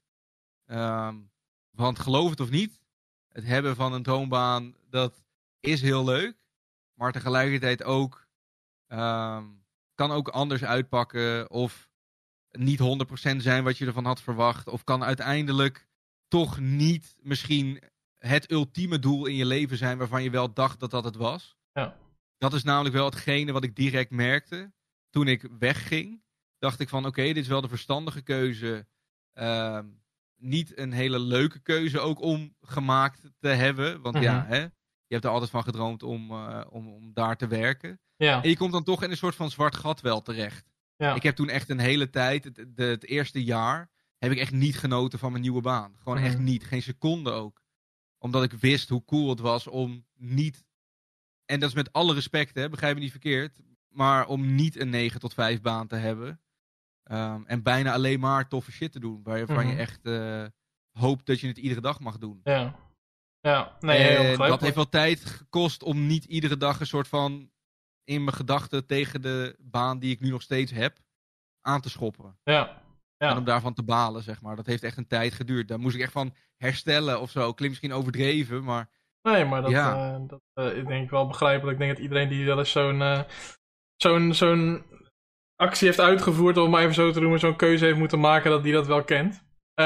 Want geloof het of niet, het hebben van een droombaan, dat is heel leuk, maar tegelijkertijd ook, kan ook anders uitpakken, of niet 100% zijn wat je ervan had verwacht. Of kan uiteindelijk toch niet misschien het ultieme doel in je leven zijn waarvan je wel dacht dat dat het was. Ja. Dat is namelijk wel hetgene wat ik direct merkte. Toen ik wegging, dacht ik van oké, dit is wel de verstandige keuze. Niet een hele leuke keuze ook om gemaakt te hebben. Want je hebt er altijd van gedroomd om daar te werken. Ja. En je komt dan toch in een soort van zwart gat wel terecht. Ja. Ik heb toen echt een hele tijd, het eerste jaar, heb ik echt niet genoten van mijn nieuwe baan. Gewoon echt niet, geen seconde ook. Omdat ik wist hoe cool het was om niet, en dat is met alle respect, hè, begrijp me niet verkeerd, maar om niet een 9 tot 5 baan te hebben. En bijna alleen maar toffe shit te doen, waarvan je echt hoopt dat je het iedere dag mag doen. Ja. Ja, nee, dat heeft wel tijd gekost om niet iedere dag een soort van in mijn gedachten tegen de baan die ik nu nog steeds heb aan te schoppen. Ja. En om daarvan te balen, zeg maar. Dat heeft echt een tijd geduurd. Daar moest ik echt van herstellen of zo. Klinkt misschien overdreven, maar... Nee, maar dat ik denk wel begrijpelijk. Ik denk dat iedereen die wel eens zo'n actie heeft uitgevoerd, om maar even zo te noemen, zo'n keuze heeft moeten maken, dat die dat wel kent.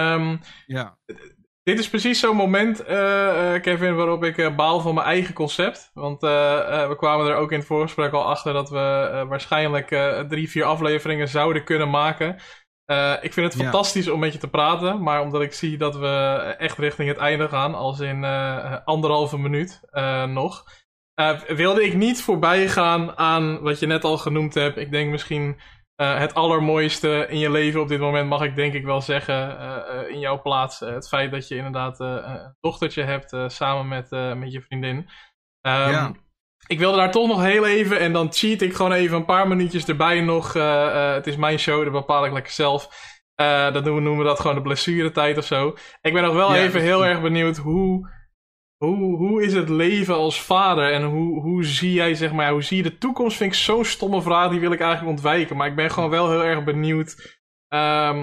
Dit is precies zo'n moment, Kevin, waarop ik baal van mijn eigen concept. Want we kwamen er ook in het voorgesprek al achter dat we waarschijnlijk 3-4 afleveringen zouden kunnen maken. Ik vind het fantastisch om met je te praten, maar omdat ik zie dat we echt richting het einde gaan, als in 1,5 minuut nog, wilde ik niet voorbij gaan aan wat je net al genoemd hebt. Ik denk misschien het allermooiste in je leven op dit moment, mag ik denk ik wel zeggen, in jouw plaats. Het feit dat je inderdaad een dochtertje hebt samen met je vriendin. Ik wilde daar toch nog heel even, en dan cheat ik gewoon even een paar minuutjes erbij nog. Het is mijn show, dat bepaal ik lekker zelf. Dat noemen we dat gewoon de blessuretijd of zo. Ik ben nog wel even heel erg benieuwd, hoe is het leven als vader? En hoe zie jij, zeg maar, hoe zie je de toekomst? Vind ik zo'n stomme vraag, die wil ik eigenlijk ontwijken. Maar ik ben gewoon wel heel erg benieuwd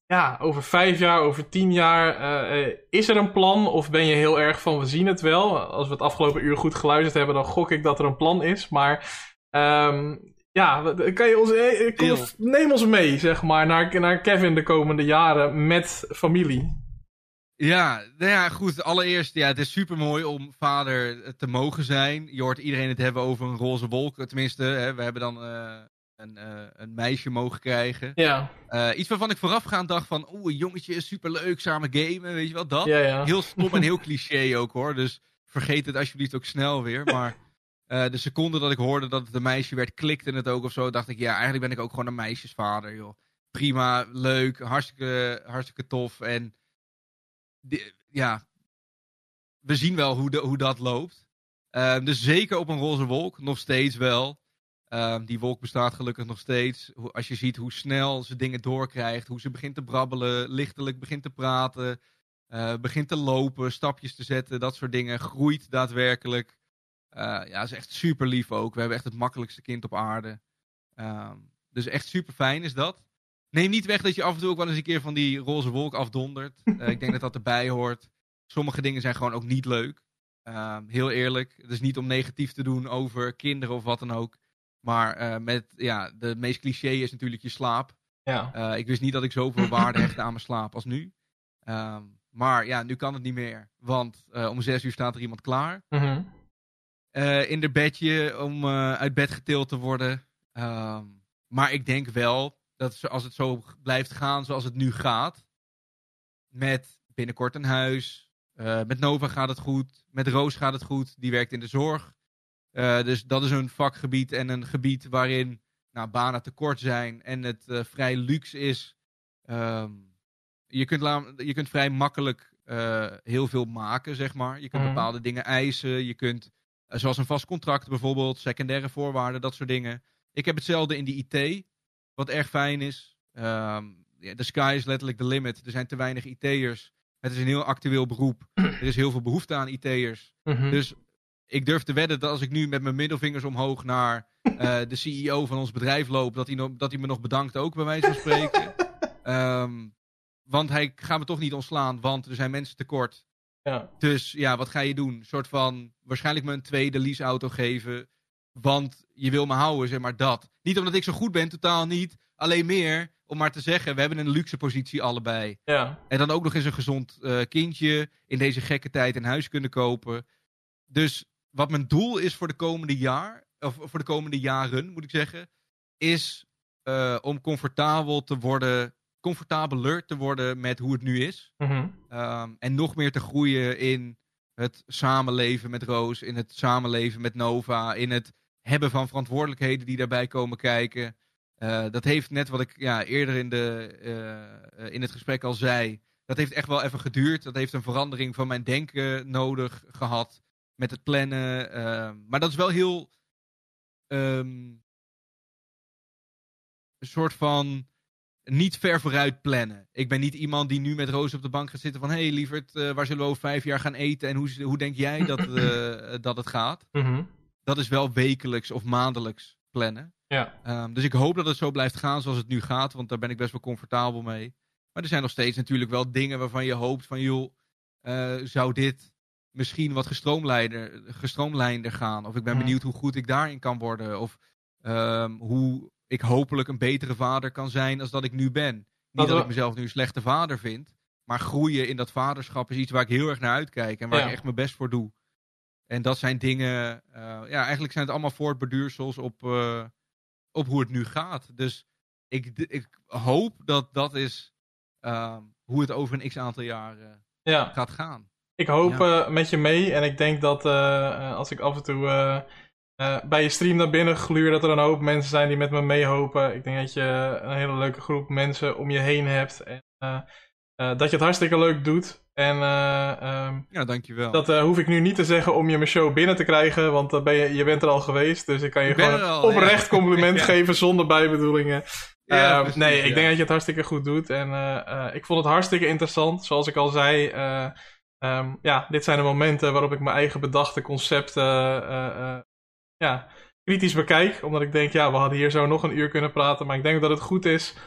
ja, over 5 jaar, over 10 jaar, is er een plan? Of ben je heel erg van, we zien het wel? Als we het afgelopen uur goed geluisterd hebben, dan gok ik dat er een plan is. Maar ja, kan je neem ons mee, zeg maar, naar Kevin de komende jaren met familie. Ja, nou ja, goed. Allereerst, ja, het is super mooi om vader te mogen zijn. Je hoort iedereen het hebben over een roze wolk. Tenminste, hè, we hebben dan een meisje mogen krijgen. Ja. Iets waarvan ik voorafgaand dacht van, een jongetje is superleuk, samen gamen, weet je wel, dat. Ja. Heel stom en heel cliché ook, hoor. Dus vergeet het alsjeblieft ook snel weer. Maar de seconde dat ik hoorde dat het een meisje werd, klikte het ook of zo. Dacht ik, ja, eigenlijk ben ik ook gewoon een meisjesvader, joh. Prima, leuk, hartstikke tof. En ja, we zien wel hoe dat loopt. Dus zeker op een roze wolk, nog steeds wel. Die wolk bestaat gelukkig nog steeds. Als je ziet hoe snel ze dingen doorkrijgt, hoe ze begint te brabbelen, lichtelijk begint te praten, begint te lopen, stapjes te zetten, dat soort dingen, groeit daadwerkelijk. Ja, is echt super lief ook. We hebben echt het makkelijkste kind op aarde. Dus echt super fijn is dat. Neem niet weg dat je af en toe ook wel eens een keer van die roze wolk afdondert. Ik denk dat dat erbij hoort. Sommige dingen zijn gewoon ook niet leuk. Heel eerlijk. Het is niet om negatief te doen over kinderen of wat dan ook. Maar de meest cliché is natuurlijk je slaap. Ja. Ik wist niet dat ik zoveel waarde hechtte aan mijn slaap als nu. Maar ja, nu kan het niet meer. Want om 6 uur staat er iemand klaar. Mm-hmm. In de bedje om uit bed getild te worden. Maar ik denk wel dat als het zo blijft gaan zoals het nu gaat. Met binnenkort een huis. Met Nova gaat het goed. Met Roos gaat het goed. Die werkt in de zorg. Dus dat is een vakgebied en een gebied waarin banen tekort zijn. En het vrij luxe is. Je kunt vrij makkelijk heel veel maken, zeg maar. Je kunt bepaalde dingen eisen. Je kunt, zoals een vast contract bijvoorbeeld, secundaire voorwaarden, dat soort dingen. Ik heb hetzelfde in die IT. Wat erg fijn is. The sky is letterlijk the limit. Er zijn te weinig IT'ers. Het is een heel actueel beroep. Er is heel veel behoefte aan IT'ers. Mm-hmm. Dus ik durf te wedden dat als ik nu met mijn middelvingers omhoog naar de CEO van ons bedrijf loop, dat hij me nog bedankt ook, bij wijze van spreken. Want hij gaat me toch niet ontslaan, want er zijn mensen tekort. Ja. Dus ja, wat ga je doen? Een soort van, waarschijnlijk me een tweede leaseauto geven. Want je wil me houden, zeg maar dat. Niet omdat ik zo goed ben, totaal niet. Alleen meer om maar te zeggen, we hebben een luxe positie allebei. Ja. En dan ook nog eens een gezond kindje in deze gekke tijd een huis kunnen kopen. Dus wat mijn doel is voor de komende jaar, of voor de komende jaren, moet ik zeggen, is om comfortabeler te worden met hoe het nu is. Mm-hmm. En nog meer te groeien in het samenleven met Roos, in het samenleven met Nova, in het hebben van verantwoordelijkheden die daarbij komen kijken. Dat heeft net wat ik eerder in het gesprek al zei, dat heeft echt wel even geduurd. Dat heeft een verandering van mijn denken nodig gehad met het plannen. Maar dat is wel heel een soort van niet ver vooruit plannen. Ik ben niet iemand die nu met Roos op de bank gaat zitten van, hey lieverd, waar zullen we over 5 jaar gaan eten en hoe denk jij dat het gaat? Mm-hmm. Dat is wel wekelijks of maandelijks plannen. Ja. Dus ik hoop dat het zo blijft gaan zoals het nu gaat, want daar ben ik best wel comfortabel mee. Maar er zijn nog steeds natuurlijk wel dingen waarvan je hoopt van, joh, zou dit misschien wat gestroomlijnder gaan? Of ik ben benieuwd hoe goed ik daarin kan worden. Of hoe ik hopelijk een betere vader kan zijn als dat ik nu ben. Niet dat ik mezelf nu een slechte vader vind, maar groeien in dat vaderschap is iets waar ik heel erg naar uitkijk en waar ik echt mijn best voor doe. En dat zijn dingen, eigenlijk zijn het allemaal voortborduursels op hoe het nu gaat. Dus ik hoop dat is hoe het over een x-aantal jaar gaat gaan. Ik hoop met je mee en ik denk dat als ik af en toe bij je stream naar binnen gluur, dat er een hoop mensen zijn die met me meehopen. Ik denk dat je een hele leuke groep mensen om je heen hebt en dat je het hartstikke leuk doet. En dankjewel. Dat hoef ik nu niet te zeggen om je mijn show binnen te krijgen, want je bent er al geweest. Dus ik kan je gewoon oprecht compliment geven zonder bijbedoelingen. Ik denk dat je het hartstikke goed doet. En ik vond het hartstikke interessant. Zoals ik al zei, dit zijn de momenten waarop ik mijn eigen bedachte concepten kritisch bekijk. Omdat ik denk, we hadden hier zo nog een uur kunnen praten. Maar ik denk dat het goed is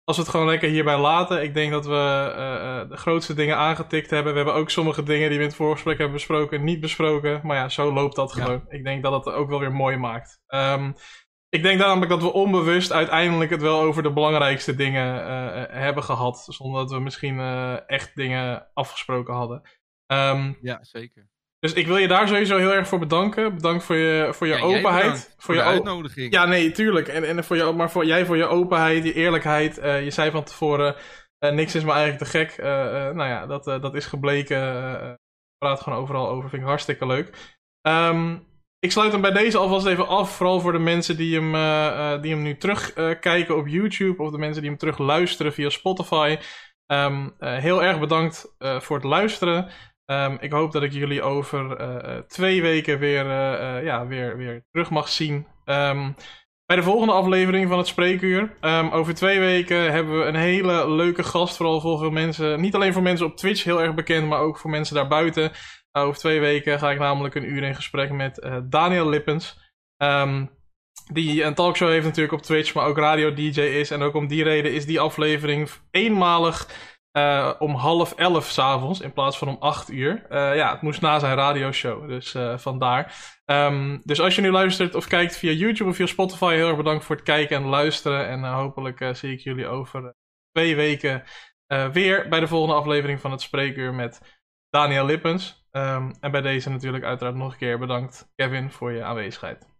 als we het gewoon lekker hierbij laten. Ik denk dat we de grootste dingen aangetikt hebben. We hebben ook sommige dingen die we in het voorgesprek hebben besproken niet besproken. Maar ja, zo loopt dat gewoon. Ik denk dat het ook wel weer mooi maakt. Ik denk namelijk dat we onbewust uiteindelijk het wel over de belangrijkste dingen hebben gehad. Zonder dat we misschien echt dingen afgesproken hadden. Ja, zeker. Dus ik wil je daar sowieso heel erg voor bedanken. Bedankt voor je openheid. Voor je uitnodiging. Ja, nee, tuurlijk. En voor je openheid, je eerlijkheid. Je zei van tevoren, niks is me eigenlijk te gek. Nou ja, dat is gebleken. Praat gewoon overal over. Vind ik hartstikke leuk. Ik sluit hem bij deze alvast even af. Vooral voor de mensen die hem nu terugkijken op YouTube. Of de mensen die hem terug luisteren via Spotify. Heel erg bedankt voor het luisteren. Ik hoop dat ik jullie over 2 weken weer terug mag zien. Bij de volgende aflevering van het Spreekuur. Over 2 weken hebben we een hele leuke gast. Vooral voor veel mensen. Niet alleen voor mensen op Twitch heel erg bekend. Maar ook voor mensen daarbuiten. Over 2 weken ga ik namelijk 1 uur in gesprek met Daniel Lippens. Die een talkshow heeft natuurlijk op Twitch. Maar ook radio-dj is. En ook om die reden is die aflevering eenmalig om 10:30 s'avonds in plaats van om 8 uur. Ja, het moest na zijn radioshow, dus vandaar. Dus als je nu luistert of kijkt via YouTube of via Spotify, heel erg bedankt voor het kijken en luisteren. En hopelijk zie ik jullie over 2 weken weer bij de volgende aflevering van het Spreekuur met Daniel Lippens. En bij deze natuurlijk uiteraard nog een keer bedankt, Kevin, voor je aanwezigheid.